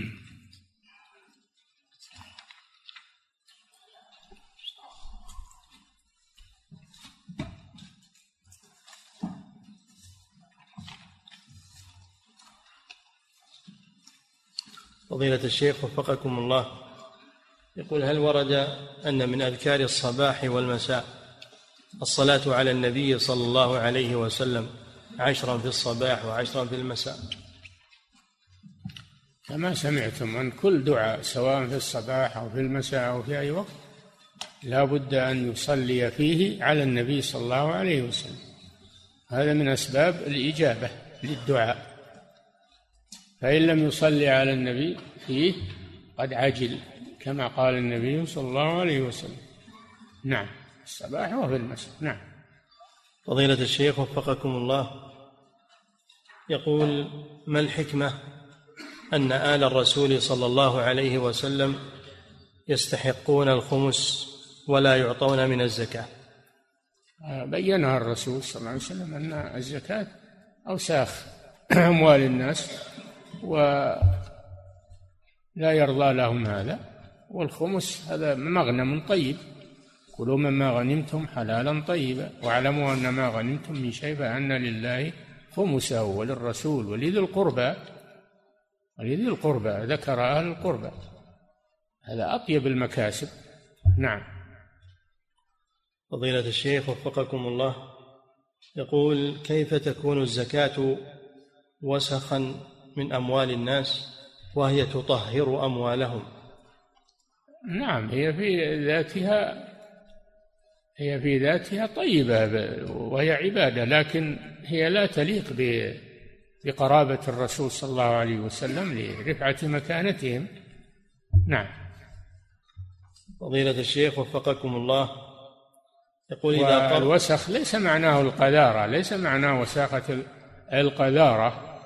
فضيلة الشيخ وفقكم الله، يقول: هل ورد أن من أذكار الصباح والمساء الصلاة على النبي صلى الله عليه وسلم عشرا في الصباح وعشرا في المساء؟ كما سمعتم أن كل دعاء سواء في الصباح أو في المساء أو في أي وقت لا بد أن يصلي فيه على النبي صلى الله عليه وسلم، هذا من أسباب الإجابة للدعاء، فإن لم يصلي على النبي فيه قد عجل، كما قال النبي صلى الله عليه وسلم. نعم. الصباح وفي المساء. نعم. فضيلة الشيخ وفقكم الله، يقول: ما الحكمة أن آل الرسول صلى الله عليه وسلم يستحقون الخمس ولا يعطون من الزكاة؟ بينها الرسول صلى الله عليه وسلم أن الزكاة أوساخ أموال الناس ولا يرضى لهم هذا، والخمس هذا مغنم طيب، كلوا مما غنمتم حلالا طيبا، واعلموا أن ما غنمتم من شيء فأن لله خمسه وللرسول ولذي القربى ولذي القربى ذكر أهل القربى، هذا أطيب المكاسب. نعم. فضيلة الشيخ وفقكم الله، يقول: كيف تكون الزكاة وسخا من أموال الناس وهي تطهر أموالهم؟ نعم، هي في ذاتها هي في ذاتها طيبة وهي عبادة، لكن هي لا تليق بقرابة الرسول صلى الله عليه وسلم لرفعة مكانتهم. نعم. فضيلة الشيخ وفقكم الله، يقول: إذا الوسخ ليس معناه القذارة، ليس معناه وساخة القذارة،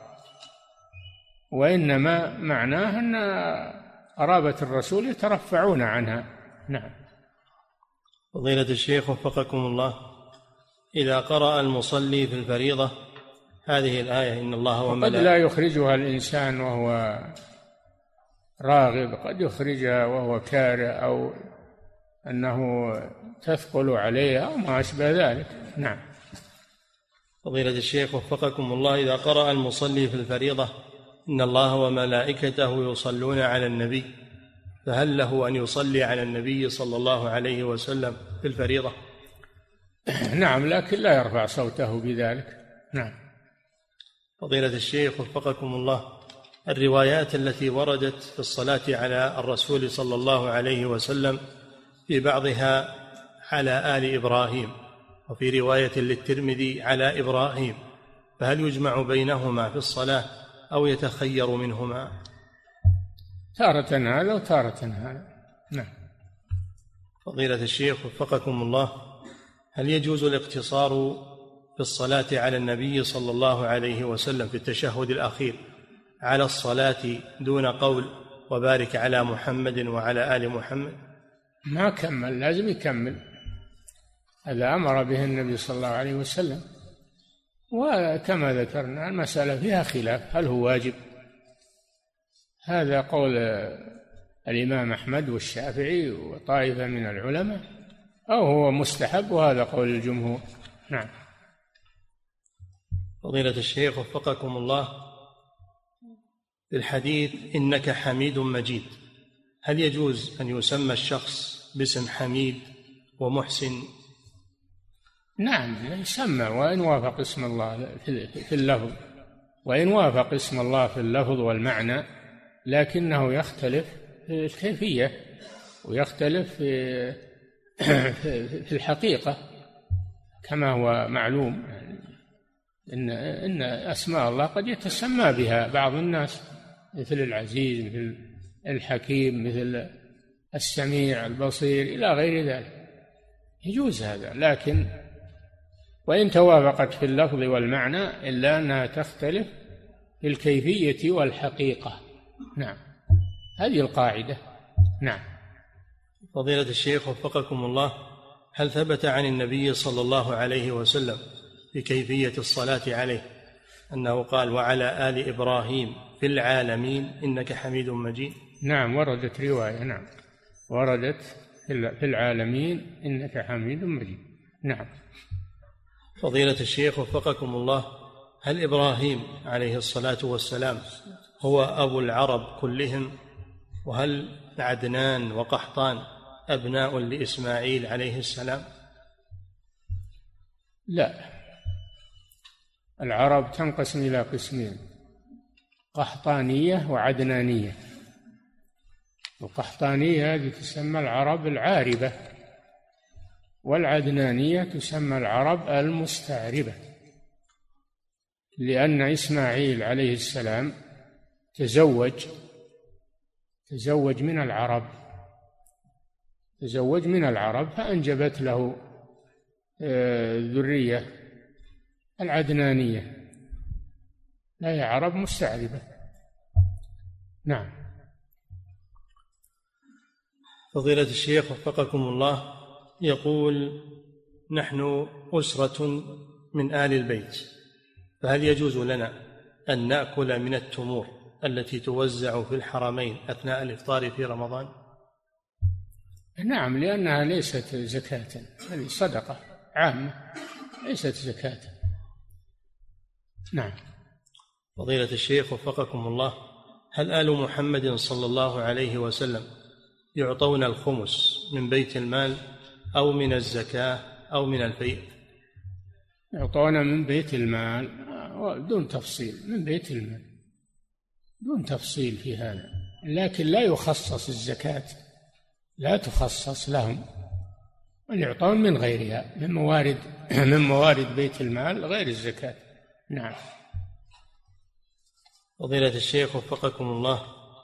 وإنما معناه أن قرابة الرسول يترفعون عنها. نعم. فضيلة الشيخ وفقكم الله، إذا قرأ المصلي في الفريضة هذه الآية: إن الله وملائكته، قد لا يخرجها الإنسان وهو راغب، قد يخرجها وهو كاره، أو أنه تثقل عليه أو ما أشبه ذلك. نعم. فضيلة الشيخ وفقكم الله، إذا قرأ المصلي في الفريضة إن الله وملائكته يصلون على النبي، فهل له أن يصلي على النبي صلى الله عليه وسلم في الفريضة؟ نعم، لكن لا يرفع صوته بذلك. نعم. فضيلة الشيخ وفقكم الله، الروايات التي وردت في الصلاة على الرسول صلى الله عليه وسلم في بعضها على آل إبراهيم، وفي رواية للترمذي على إبراهيم، فهل يجمع بينهما في الصلاة أو يتخير منهما؟ تارة هذا وتارة هذا. نعم. فضيلة الشيخ وفقكم الله، هل يجوز الاقتصار في الصلاة على النبي صلى الله عليه وسلم في التشهد الأخير على الصلاة دون قول وبارك على محمد وعلى آل محمد؟ ما كمل، لازم يكمل، هذا أمر به النبي صلى الله عليه وسلم، وكما ذكرنا المسألة فيها خلاف، هل هو واجب؟ هذا قول الإمام أحمد والشافعي وطائفة من العلماء، أو هو مستحب، وهذا قول الجمهور. نعم. فضيلة الشيخ وفقكم الله، في الحديث إنك حميد مجيد، هل يجوز أن يسمى الشخص باسم حميد ومحسن؟ نعم، يسمى وإن وافق اسم الله في اللفظ، وإن وافق اسم الله في اللفظ والمعنى، لكنه يختلف في الكيفية ويختلف في في الحقيقة، كما هو معلوم إن إن أسماء الله قد يتسمى بها بعض الناس، مثل العزيز، مثل الحكيم، مثل السميع البصير، إلى غير ذلك، يجوز هذا، لكن وإن توافقت في اللفظ والمعنى إلا أنها تختلف في الكيفية والحقيقة. نعم، هذه القاعدة. نعم. فضيلة الشيخ وفقكم الله، هل ثبت عن النبي صلى الله عليه وسلم في كيفية الصلاة عليه أنه قال: وعلى آل إبراهيم في العالمين إنك حميد مجيد؟ نعم، وردت رواية، نعم، وردت في العالمين إنك حميد مجيد. نعم. فضيلة الشيخ وفقكم الله، هل إبراهيم عليه الصلاة والسلام هو أبو العرب كلهم؟ وهل عدنان وقحطان أبناء لإسماعيل عليه السلام؟ لا، العرب تنقسم إلى قسمين: قحطانية وعدنانية. القحطانية هذه تسمى العرب العاربة، والعدنانية تسمى العرب المستعربة، لأن إسماعيل عليه السلام تزوج تزوج من العرب تزوج من العرب فأنجبت له الذرية العدنانية، لا هي عرب مستعربة. نعم. فضيلة الشيخ وفقكم الله، يقول: نحن أسرة من آل البيت، فهل يجوز لنا أن نأكل من التمور التي توزع في الحرمين أثناء الإفطار في رمضان؟ نعم، لأنها ليست زكاة، هذه صدقة عامة ليست زكاة. نعم. فضيلة الشيخ وفقكم الله، هل آل محمد صلى الله عليه وسلم يعطون الخمس من بيت المال أو من الزكاة أو من الفيء؟ يعطون من بيت المال دون تفصيل، من بيت المال دون تفصيل في هذا، لكن لا يخصص الزكاة، لا تخصص لهم، ويعطون من غيرها، من موارد من موارد بيت المال غير الزكاة. نعم. فضيلة الشيخ وفقكم الله،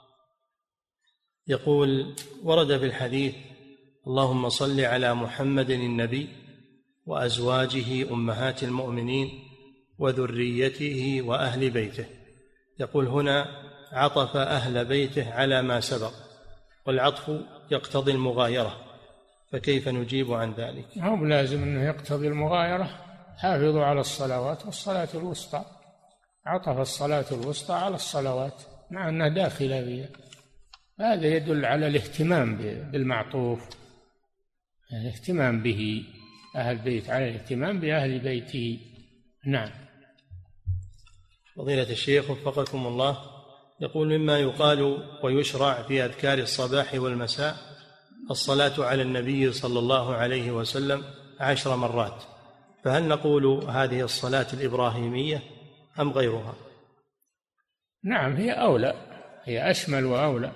يقول: ورد في الحديث: اللهم صل على محمد النبي وأزواجه أمهات المؤمنين وذريته وأهل بيته. يقول هنا عطف أهل بيته على ما سبق، والعطف يقتضي المغايرة، فكيف نجيب عن ذلك؟ هم لازم أنه يقتضي المغايرة. حافظوا على الصلوات والصلاة الوسطى، عطف الصلاة الوسطى على الصلوات مع أنها داخلة بها، هذا يدل على الاهتمام بالمعطوف، الاهتمام به أهل بيت، على الاهتمام بأهل بيته. نعم. فضيلة الشيخ وفقكم الله، يقول: مما يقال ويشرع في أذكار الصباح والمساء الصلاة على النبي صلى الله عليه وسلم عشر مرات، فهل نقول هذه الصلاة الإبراهيمية أم غيرها؟ نعم، هي أولى، هي أشمل وأولى،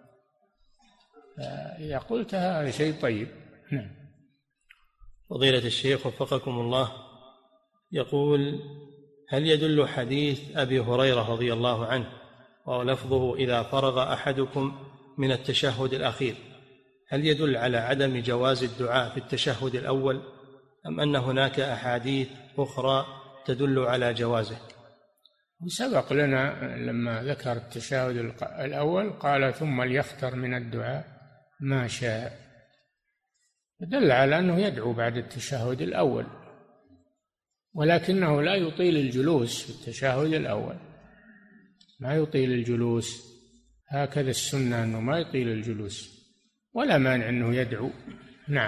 إذا قلتها هذا شيء طيب. نعم. فضيلة الشيخ وفقكم الله، يقول: هل يدل حديث أبي هريرة رضي الله عنه ولفظه إذا فرغ أحدكم من التشهد الأخير، هل يدل على عدم جواز الدعاء في التشهد الأول، أم أن هناك أحاديث أخرى تدل على جوازه؟ سبق لنا لما ذكر التشهد الأول قال: ثم ليختر من الدعاء ما شاء، دل على أنه يدعو بعد التشهد الأول، ولكنه لا يطيل الجلوس في التشهد الأول، ما يطيل الجلوس، هكذا السنة أنه ما يطيل الجلوس، ولا مانع أنه يدعو. نعم.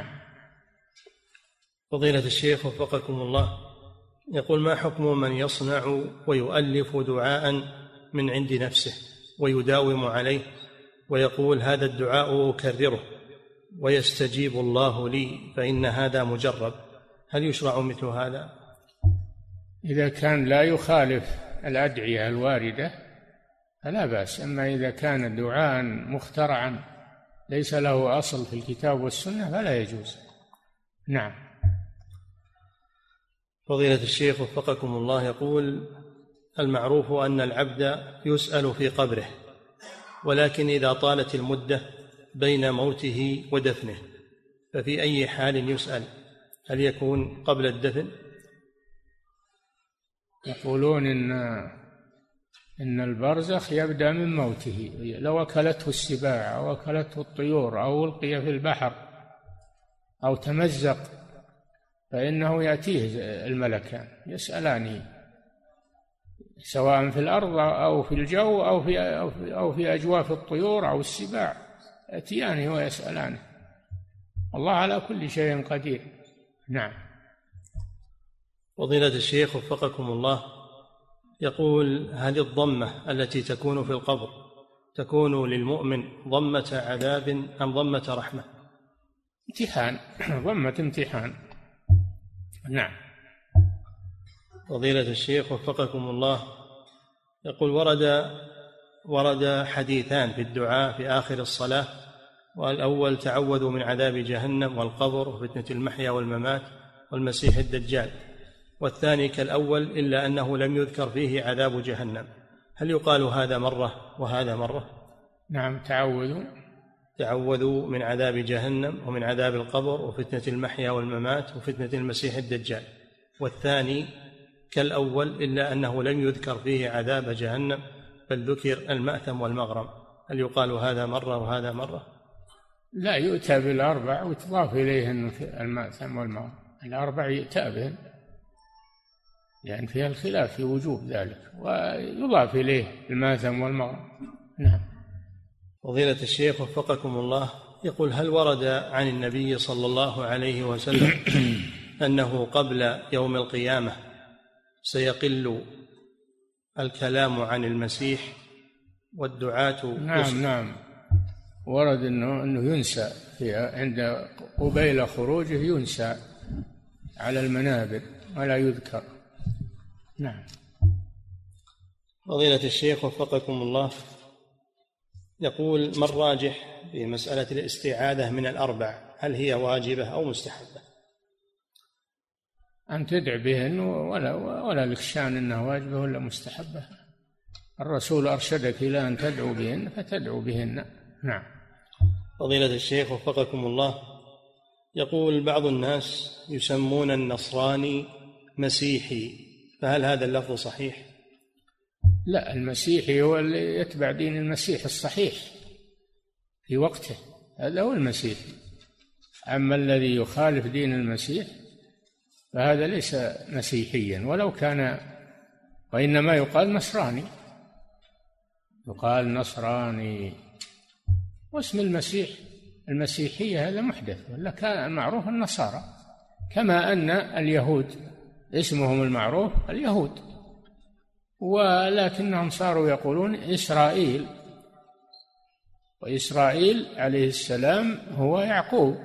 فضيلة الشيخ وفقكم الله، يقول: ما حكم من يصنع ويؤلف دعاء من عند نفسه ويداوم عليه ويقول: هذا الدعاء أكرره ويستجيب الله لي فإن هذا مجرب، هل يشرع مثل هذا؟ إذا كان لا يخالف الأدعية الواردة فلا بأس، أما إذا كان دعاء مخترعا ليس له أصل في الكتاب والسنة فلا يجوز. نعم. فضيلة الشيخ وفقكم الله، يقول: المعروف أن العبد يسأل في قبره، ولكن إذا طالت المدة بين موته ودفنه ففي أي حال يسأل؟ هل يكون قبل الدفن؟ يقولون إن إن البرزخ يبدأ من موته، لو أكلته السباع أو أكلته الطيور أو ألقي في البحر أو تمزق فإنه يأتيه الملكان يسألانه، سواء في الأرض أو في الجو أو في أو في, أو في أجواف الطيور أو السباع، يأتيانه ويسألانه، الله على كل شيء قدير. نعم. فضيلة الشيخ وفقكم الله، يقول: هل الضمة التي تكون في القبر تكون للمؤمن ضمة عذاب أم ضمة رحمة؟ امتحان، ضمة امتحان. نعم. فضيلة الشيخ وفقكم الله، يقول: ورد ورد حديثان في الدعاء في آخر الصلاة، والأول: تعوذوا من عذاب جهنم والقبر وفتنة المحيا والممات والمسيح الدجال، والثاني كالأول إلا أنه لم يذكر فيه عذاب جهنم، هل يقال هذا مرة وهذا مرة؟ نعم. تعوذوا تعوذوا من عذاب جهنم ومن عذاب القبر وفتنة المحيا والممات وفتنة المسيح الدجال، والثاني كالأول إلا أنه لم يذكر فيه عذاب جهنم بل ذكر المأثم والمغرم، هل يقال هذا مرة وهذا مرة؟ لا، يؤتى بالأربع وتضاف إليه المأثم والمغرم، الأربع يؤتى بهم لأن يعني فيها الخلاف في وجوب ذلك، ويضاف إليه الماثم والمغرم. نعم. فضيلة الشيخ وفقكم الله، يقول: هل ورد عن النبي صلى الله عليه وسلم أنه قبل يوم القيامة سيقل الكلام عن المسيح والدعاة. نعم يسر. نعم ورد أنه, أنه ينسى في عند قبيل خروجه، ينسى على المنابر ولا يذكر. نعم. فضيلة الشيخ وفقكم الله، يقول: ما الراجح في مسألة الاستعاذة من الأربع؟ هل هي واجبة أو مستحبة؟ أن تدع بهن ولا, ولا لك شان أنها واجبة ولا مستحبة. الرسول أرشدك إلى أن تدعو بهن فتدعو بهن. نعم. فضيلة الشيخ وفقكم الله، يقول بعض الناس يسمون النصراني مسيحي، فهل هذا اللفظ صحيح؟ لا، المسيحي هو اللي يتبع دين المسيح الصحيح في وقته، هذا هو المسيحي. أما الذي يخالف دين المسيح فهذا ليس مسيحيا ولو كان، وإنما يقال نصراني، يقال نصراني. واسم المسيح المسيحية هذا محدث، ولا كان المعروف النصارى، كما أن اليهود اسمهم المعروف اليهود، ولكنهم صاروا يقولون إسرائيل، وإسرائيل عليه السلام هو يعقوب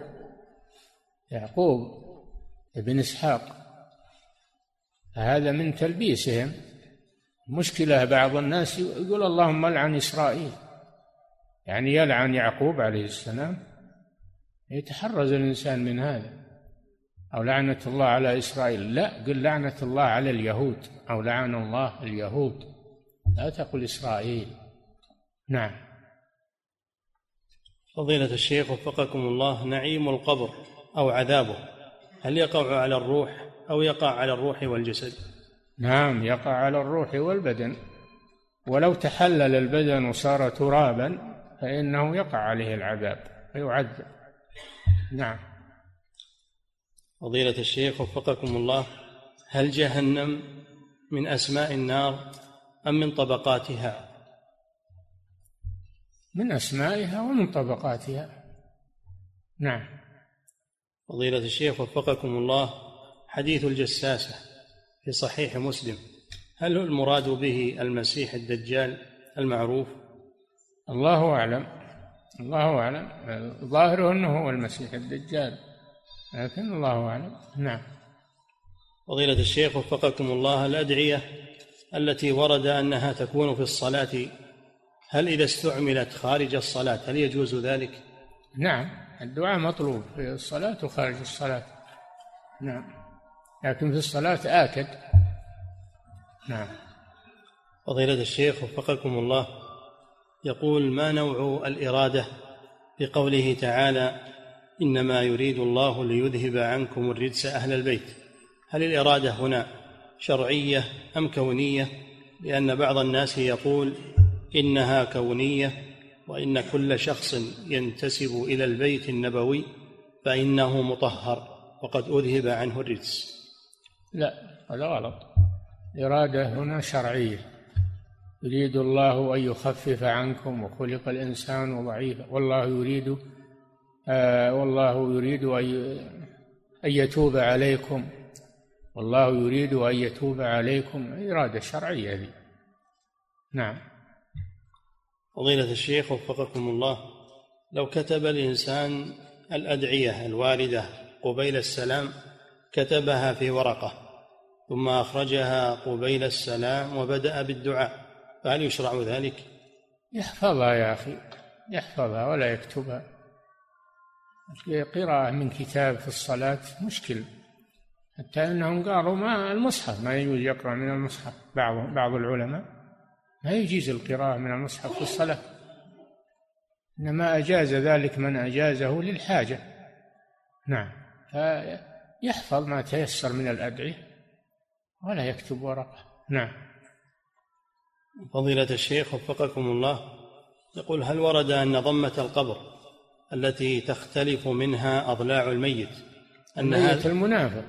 يعقوب ابن إسحاق. هذا من تلبيسهم. مشكلة بعض الناس يقول اللهم لعن إسرائيل، يعني يلعن يعقوب عليه السلام. يتحرز الإنسان من هذا. أو لعنة الله على إسرائيل، لا، قل لعنة الله على اليهود، أو لعن الله اليهود، لا تقل إسرائيل. نعم. فضيلة الشيخ وفقكم الله، نعيم القبر أو عذابه هل يقع على الروح أو يقع على الروح والجسد؟ نعم، يقع على الروح والبدن، ولو تحلل البدن وصار ترابا فإنه يقع عليه العذاب ويعذب. نعم. فضيلة الشيخ وفقكم الله، هل جهنم من أسماء النار أم من طبقاتها؟ من أسمائها ومن طبقاتها. نعم. فضيلة الشيخ وفقكم الله، حديث الجساسة في صحيح مسلم، هل هو المراد به المسيح الدجال المعروف؟ الله أعلم، الله أعلم. ظاهره أنه هو المسيح الدجال، لكن الله أعلم. نعم. فضيلة الشيخ وفقكم الله، الأدعية التي ورد أنها تكون في الصلاة، هل إذا استعملت خارج الصلاة هل يجوز ذلك؟ نعم، الدعاء مطلوب في الصلاة وخارج الصلاة. نعم، لكن في الصلاة آكد. نعم. فضيلة الشيخ وفقكم الله، يقول: ما نوع الإرادة في قوله تعالى إنما يريد الله ليذهب عنكم الرجس أهل البيت؟ هل الإرادة هنا شرعية أم كونية؟ لأن بعض الناس يقول إنها كونية، وإن كل شخص ينتسب إلى البيت النبوي فإنه مطهر وقد أذهب عنه الرجس. لا، هذا غلط. الإرادة هنا شرعية، يريد الله أن يخفف عنكم وخلق الإنسان ضعيفا، والله يريد آه والله يريد أن يتوب عليكم، والله يريد أن يتوب عليكم. إرادة شرعية ذي. نعم. فضيلة الشيخ وفقكم الله، لو كتب الإنسان الأدعية الواردة قبيل السلام، كتبها في ورقة ثم أخرجها قبيل السلام وبدأ بالدعاء، فهل يشرع ذلك؟ يحفظها يا أخي، يحفظها ولا يكتبها. قراءة من كتاب في الصلاة مشكل، حتى أنهم قالوا ما المصحف ما يجوز يقرأ من المصحف. بعض بعض العلماء ما يجيز القراءة من المصحف في الصلاة، إنما أجاز ذلك من أجازه للحاجة. نعم. فيحفظ ما تيسر من الأدعية ولا يكتب ورقة. نعم. فضيلة الشيخ وفقكم الله، يقول: هل ورد أن ضمة القبر التي تختلف منها أضلاع الميت أنها المنافق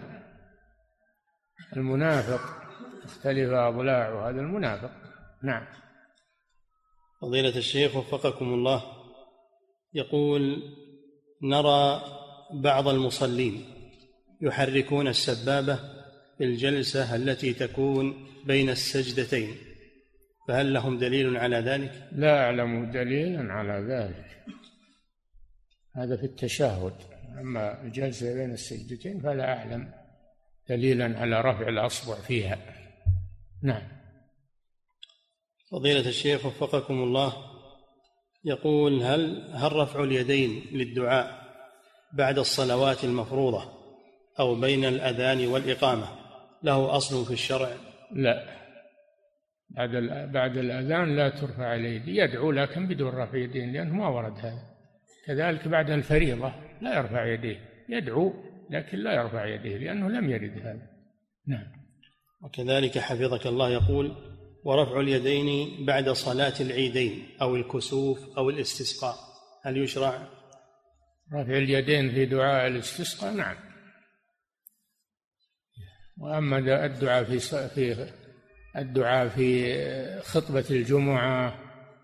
المنافق تختلف أضلاعه، هذا المنافق. نعم. فضيلة الشيخ وفقكم الله، يقول: نرى بعض المصلين يحركون السبابة في الجلسة التي تكون بين السجدتين، فهل لهم دليل على ذلك؟ لا أعلم دليلا على ذلك، هذا في التشهد. أما الجلسة بين السجدتين فلا أعلم دليلا على رفع الأصبع فيها. نعم. فضيلة الشيخ وفقكم الله، يقول هل هل رفع اليدين للدعاء بعد الصلوات المفروضة أو بين الأذان والإقامة له أصل في الشرع؟ لا، بعد بعد الأذان لا ترفع اليدين، يدعو لكن بدون رفع يدين لأنه ما ورد هذا. كذلك بعد الفريضة لا يرفع يديه، يدعو لكن لا يرفع يديه لأنه لم يرد هذا. نعم. وكذلك حفظك الله يقول ورفع اليدين بعد صلاة العيدين أو الكسوف أو الاستسقاء، هل يشرع؟ رفع اليدين في دعاء الاستسقاء نعم. وأما الدعاء في في الدعاء في خطبة الجمعة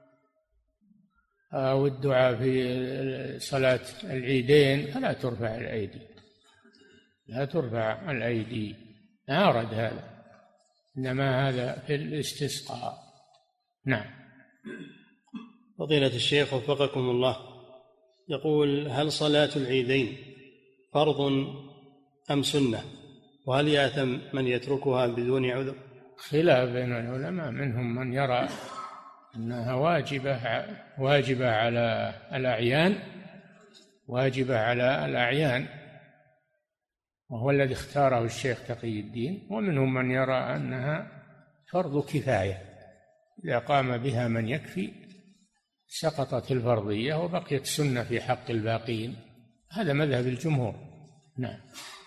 أو الدعاء في صلاة العيدين فلا ترفع الأيدي، لا ترفع الأيدي، لا ورد هذا، إنما هذا في الاستسقاء. نعم. فضيلة الشيخ وفقكم الله، يقول هل صلاة العيدين فرض أم سنة؟ وهل يأثم من يتركها بدون عذر؟ خلاف بين العلماء، منهم من يرى أنها واجبة واجبة على الأعيان، واجبة على الأعيان، وهو الذي اختاره الشيخ تقي الدين، ومنهم من يرى أنها فرض كفاية، إذا قام بها من يكفي سقطت الفرضية وبقيت سنة في حق الباقين، هذا مذهب الجمهور. نعم.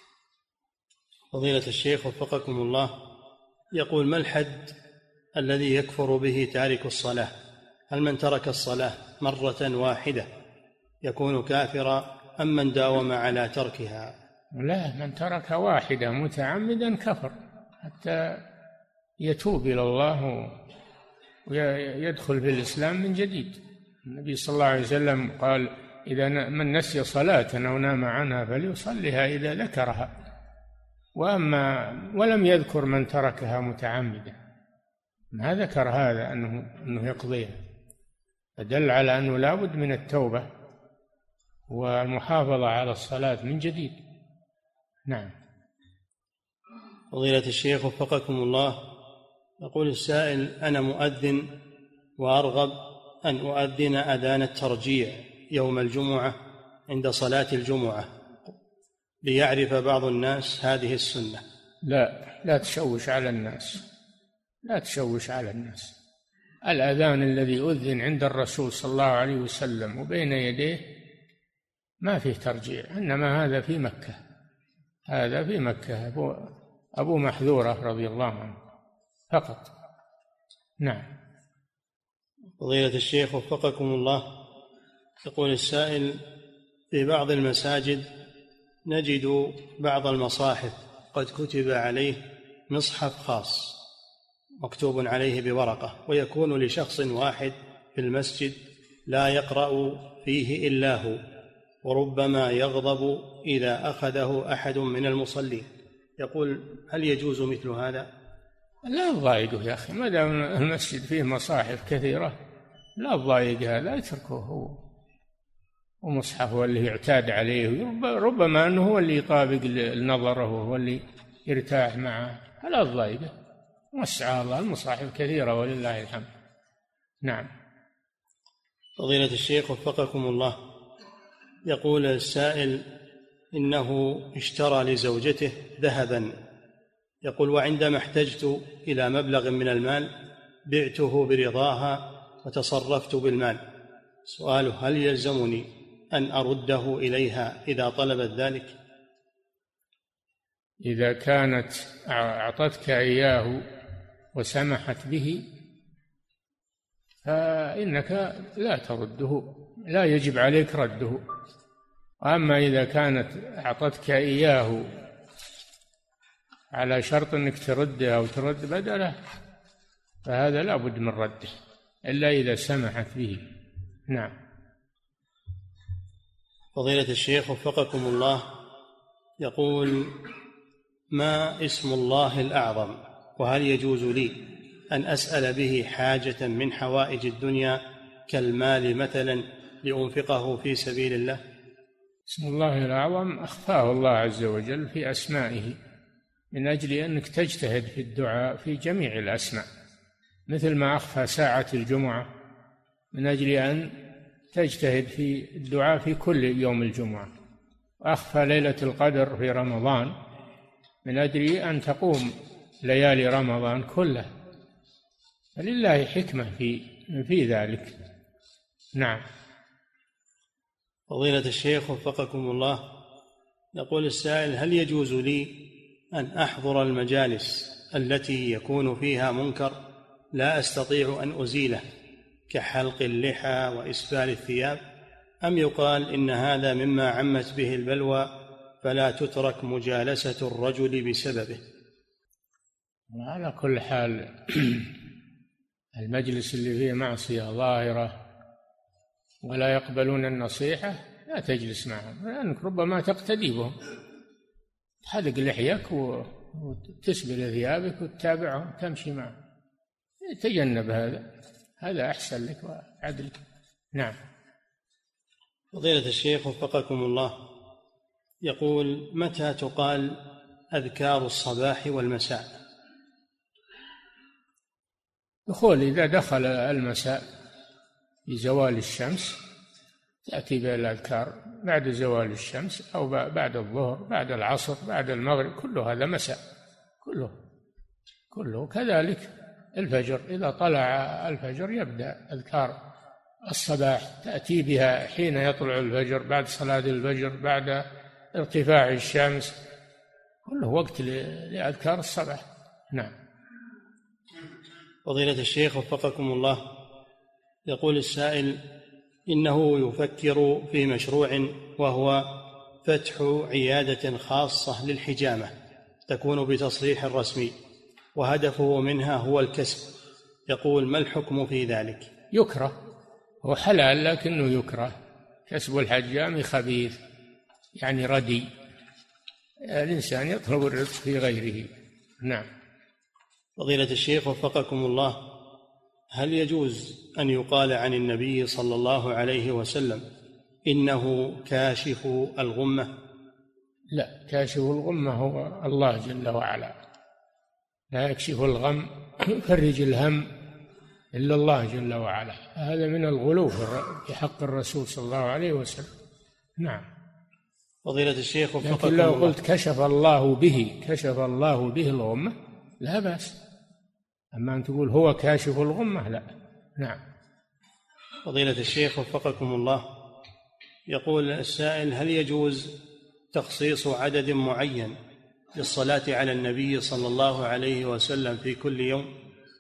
فضيلة الشيخ وفقكم الله، يقول ما الحد الذي يكفر به تارك الصلاة؟ هل من ترك الصلاة مرة واحدة يكون كافرا أم من داوم على تركها؟ لا، من ترك واحدة متعمدا كفر حتى يتوب إلى الله ويدخل في الإسلام من جديد. النبي صلى الله عليه وسلم قال إذا من نسي صلاة أو نام عنها فليصلها إذا ذكرها، وأما ولم يذكر من تركها متعمدا، ما ذكر هذا أنه, أنه يقضيها، فدل على أنه لا بد من التوبة والمحافظة على الصلاة من جديد. نعم. فضيلة الشيخ وفقكم الله، يقول السائل أنا مؤذن وأرغب أن أؤذن أذان الترجيع يوم الجمعة عند صلاة الجمعة ليعرف بعض الناس هذه السنة. لا لا تشوش على الناس، لا تشوش على الناس. الأذان الذي أذن عند الرسول صلى الله عليه وسلم وبين يديه ما فيه ترجيع، إنما هذا في مكة، هذا في مكة أبو, أبو محذورة رضي الله عنه فقط. نعم. فضيلة الشيخ وفقكم الله، يقول السائل في بعض المساجد نجد بعض المصاحف قد كتب عليه مصحف خاص مكتوب عليه بورقة، ويكون لشخص واحد في المسجد لا يقرأ فيه إلا هو، وربما يغضب إذا أخذه أحد من المصلين. يقول هل يجوز مثل هذا؟ لا تضايقه يا أخي، ما دام المسجد فيه مصاحف كثيرة لا تضايق هذا، اتركه هو ومصحف هو اللي يعتاد عليه، ربما أنه هو اللي يطابق نظره وهو اللي يرتاح معه، فلا تضايقه، وسع الله المصاحف كثيرة ولله الحمد. نعم. فضيلة الشيخ وفقكم الله، يقول السائل إنه اشترى لزوجته ذهبا، يقول وعندما احتجت إلى مبلغ من المال بعته برضاها وتصرفت بالمال، سؤاله هل يلزمني أن أرده إليها إذا طلبت ذلك؟ إذا كانت أعطتك إياه وسمحت به فإنك لا ترده، لا يجب عليك رده. أما إذا كانت أعطتك إياه على شرط أنك ترده أو ترد بدله فهذا لا بد من رده إلا إذا سمحت به. نعم. فضيلة الشيخ وفقكم الله، يقول ما اسم الله الأعظم، وهل يجوز لي أن أسأل به حاجة من حوائج الدنيا كالمال مثلا لأنفقه في سبيل الله؟ اسم الله الأعظم أخفاه الله عز وجل في أسمائه من أجل أنك تجتهد في الدعاء في جميع الأسماء، مثل ما أخفى ساعة الجمعة من أجل أن تجتهد في الدعاء في كل يوم الجمعة، وأخفى ليلة القدر في رمضان من أجل أن تقوم ليالي رمضان كله، فلله حكمة في في ذلك. نعم. فضيلة الشيخ وفقكم الله، يقول السائل: هل يجوز لي أن أحضر المجالس التي يكون فيها منكر لا أستطيع أن أزيله كحلق اللحى وإسبال الثياب، أم يقال إن هذا مما عمت به البلوى فلا تترك مجالسة الرجل بسببه؟ على كل حال المجلس اللي فيه معصية ظاهرة ولا يقبلون النصيحة لا تجلس معهم، لأنك ربما تقتدي بهم، تحلق لحيك وتسبل ثيابك وتتابعهم تمشي معهم. تجنب هذا، هذا أحسن لك وعدل. نعم. فضيلة الشيخ وفقكم الله، يقول: متى تقال أذكار الصباح والمساء؟ دخول إذا دخل المساء بزوال الشمس تأتي بالأذكار بعد زوال الشمس أو بعد الظهر، بعد العصر، بعد المغرب، كل هذا مساء، كله كله كذلك الفجر، إذا طلع الفجر يبدأ أذكار الصباح تأتي بها حين يطلع الفجر، بعد صلاة الفجر، بعد ارتفاع الشمس، كله وقت لأذكار الصباح. نعم. فضيلة الشيخ وفقكم الله، يقول السائل: إنه يفكر في مشروع وهو فتح عيادة خاصة للحجامة تكون بتصريح رسمي، وهدفه منها هو الكسب، يقول: ما الحكم في ذلك؟ يكره، هو حلال لكنه يكره، كسب الحجام خبيث يعني ردي، الإنسان يطلب الرزق في غيره. نعم. فضيلة الشيخ وفقكم الله، هل يجوز أن يقال عن النبي صلى الله عليه وسلم إنه كاشف الغمة؟ لا، كاشف الغمة هو الله جل وعلا، لا يكشف الغم يفرج الهم إلا الله جل وعلا، هذا من الغلو في حق الرسول صلى الله عليه وسلم. نعم. فضيلة الشيخ وفقكم لكن لو قلت كشف الله به كشف الله به الغمة لا بأس، أما أن تقول هو كاشف الغمة لا. نعم. فضيلة الشيخ وفقكم الله، يقول السائل: هل يجوز تخصيص عدد معين للصلاة على النبي صلى الله عليه وسلم في كل يوم؟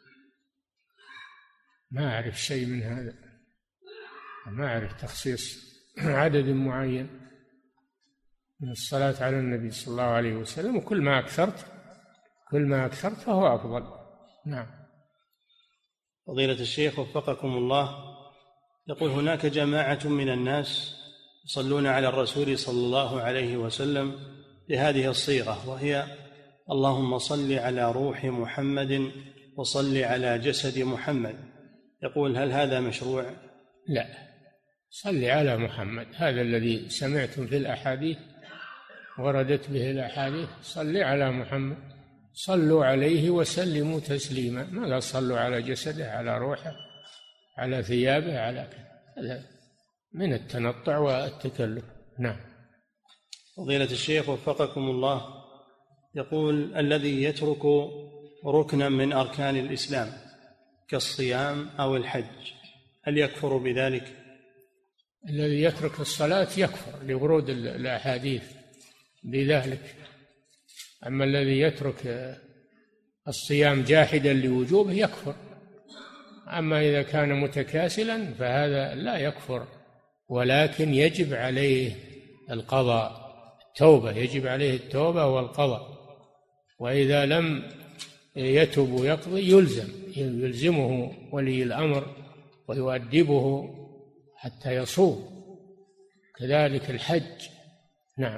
ما أعرف شيء من هذا، ما أعرف تخصيص عدد معين من الصلاة على النبي صلى الله عليه وسلم، وكل ما أكثرت كل ما أكثرت فهو أفضل. نعم. فضيلة الشيخ وفقكم الله، يقول: هناك جماعة من الناس يصلون على الرسول صلى الله عليه وسلم بهذه الصيغة، وهي: اللهم صل على روح محمد وصل على جسد محمد، يقول: هل هذا مشروع؟ لا، صل على محمد، هذا الذي سمعتم في الأحاديث وردت به الأحاديث، صل على محمد، صلوا عليه وسلموا تسليما، ما قال صلوا على جسده، على روحه، على ثيابه، على هذا من التنطع والتكلف. نعم. فضيلة الشيخ وفقكم الله، يقول: الذي يترك ركنا من أركان الإسلام كالصيام أو الحج هل يكفر بذلك؟ الذي يترك الصلاة يكفر لورود الأحاديث بذلك، أما الذي يترك الصيام جاحدا لوجوبه يكفر، أما إذا كان متكاسلا فهذا لا يكفر، ولكن يجب عليه القضاء، التوبة، يجب عليه التوبة والقضاء، وإذا لم يتب ويقضي يلزم يلزمه ولي الأمر ويؤدبه حتى يصوم، كذلك الحج. نعم.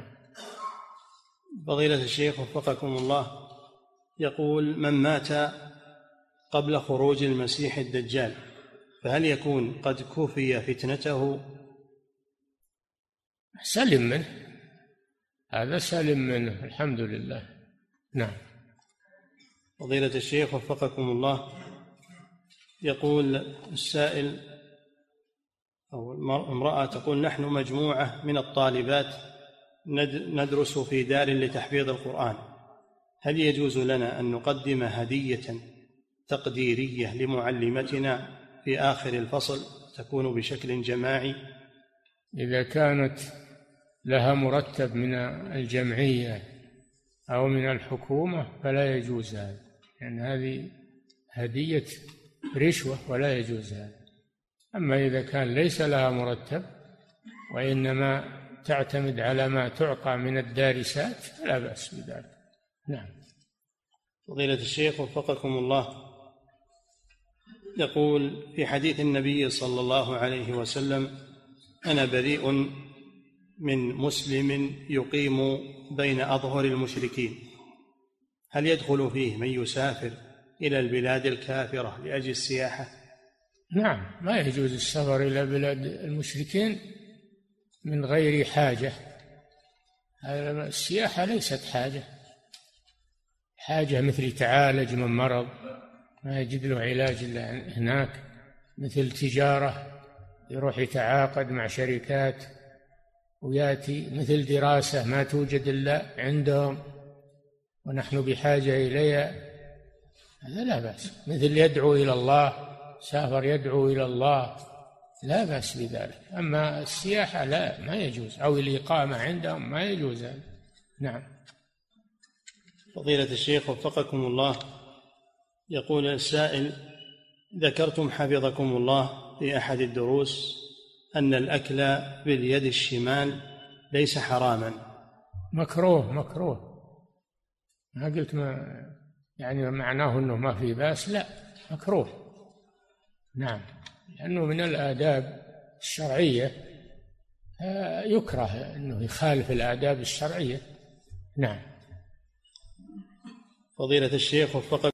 فضيلة الشيخ وفقكم الله، يقول: من مات قبل خروج المسيح الدجال، فهل يكون قد كفي فتنته؟ سلم منه، هذا سلم منه الحمد لله. نعم. فضيلة الشيخ وفقكم الله، يقول السائل أو امرأة تقول: نحن مجموعة من الطالبات ندرس في دار لتحفيظ القرآن، هل يجوز لنا أن نقدم هدية تقديرية لمعلمتنا في آخر الفصل تكون بشكل جماعي؟ إذا كانت لها مرتب من الجمعية أو من الحكومة فلا يجوز هذا، لأن يعني هذه هدية رشوة ولا يجوز هذا. أما إذا كان ليس لها مرتب وإنما تعتمد على ما تعطى من الدارسات فلا بأس بذلك. نعم. فضيلة الشيخ وفقكم الله، يقول في حديث النبي صلى الله عليه وسلم: أنا بريء من مسلم يقيم بين أظهر المشركين، هل يدخل فيه من يسافر إلى البلاد الكافرة لأجل السياحة؟ نعم، ما يجوز السفر إلى بلاد المشركين من غير حاجة. السياحة ليست حاجة، حاجة مثل تعالج من مرض ما يجد له علاج إلا هناك، مثل تجارة يروح يتعاقد مع شركات ويأتي، مثل دراسة ما توجد إلا عندهم ونحن بحاجة إليها، هذا لا بأس. مثل يدعو إلى الله، سافر يدعو إلى الله، لا بأس بذلك. أما السياحة لا، ما يجوز، أو الإقامة عندهم ما يجوز هذا. نعم. فضيلة الشيخ وفقكم الله، يقول السائل: ذكرتم حفظكم الله في أحد الدروس أن الأكل باليد الشمال ليس حراما. مكروه مكروه، ما قلت ما يعني معناه أنه ما في بأس، لا، مكروه. نعم، لأنه من الآداب الشرعية، يكره أنه يخالف الآداب الشرعية. نعم. فضيلة الشيخ وفق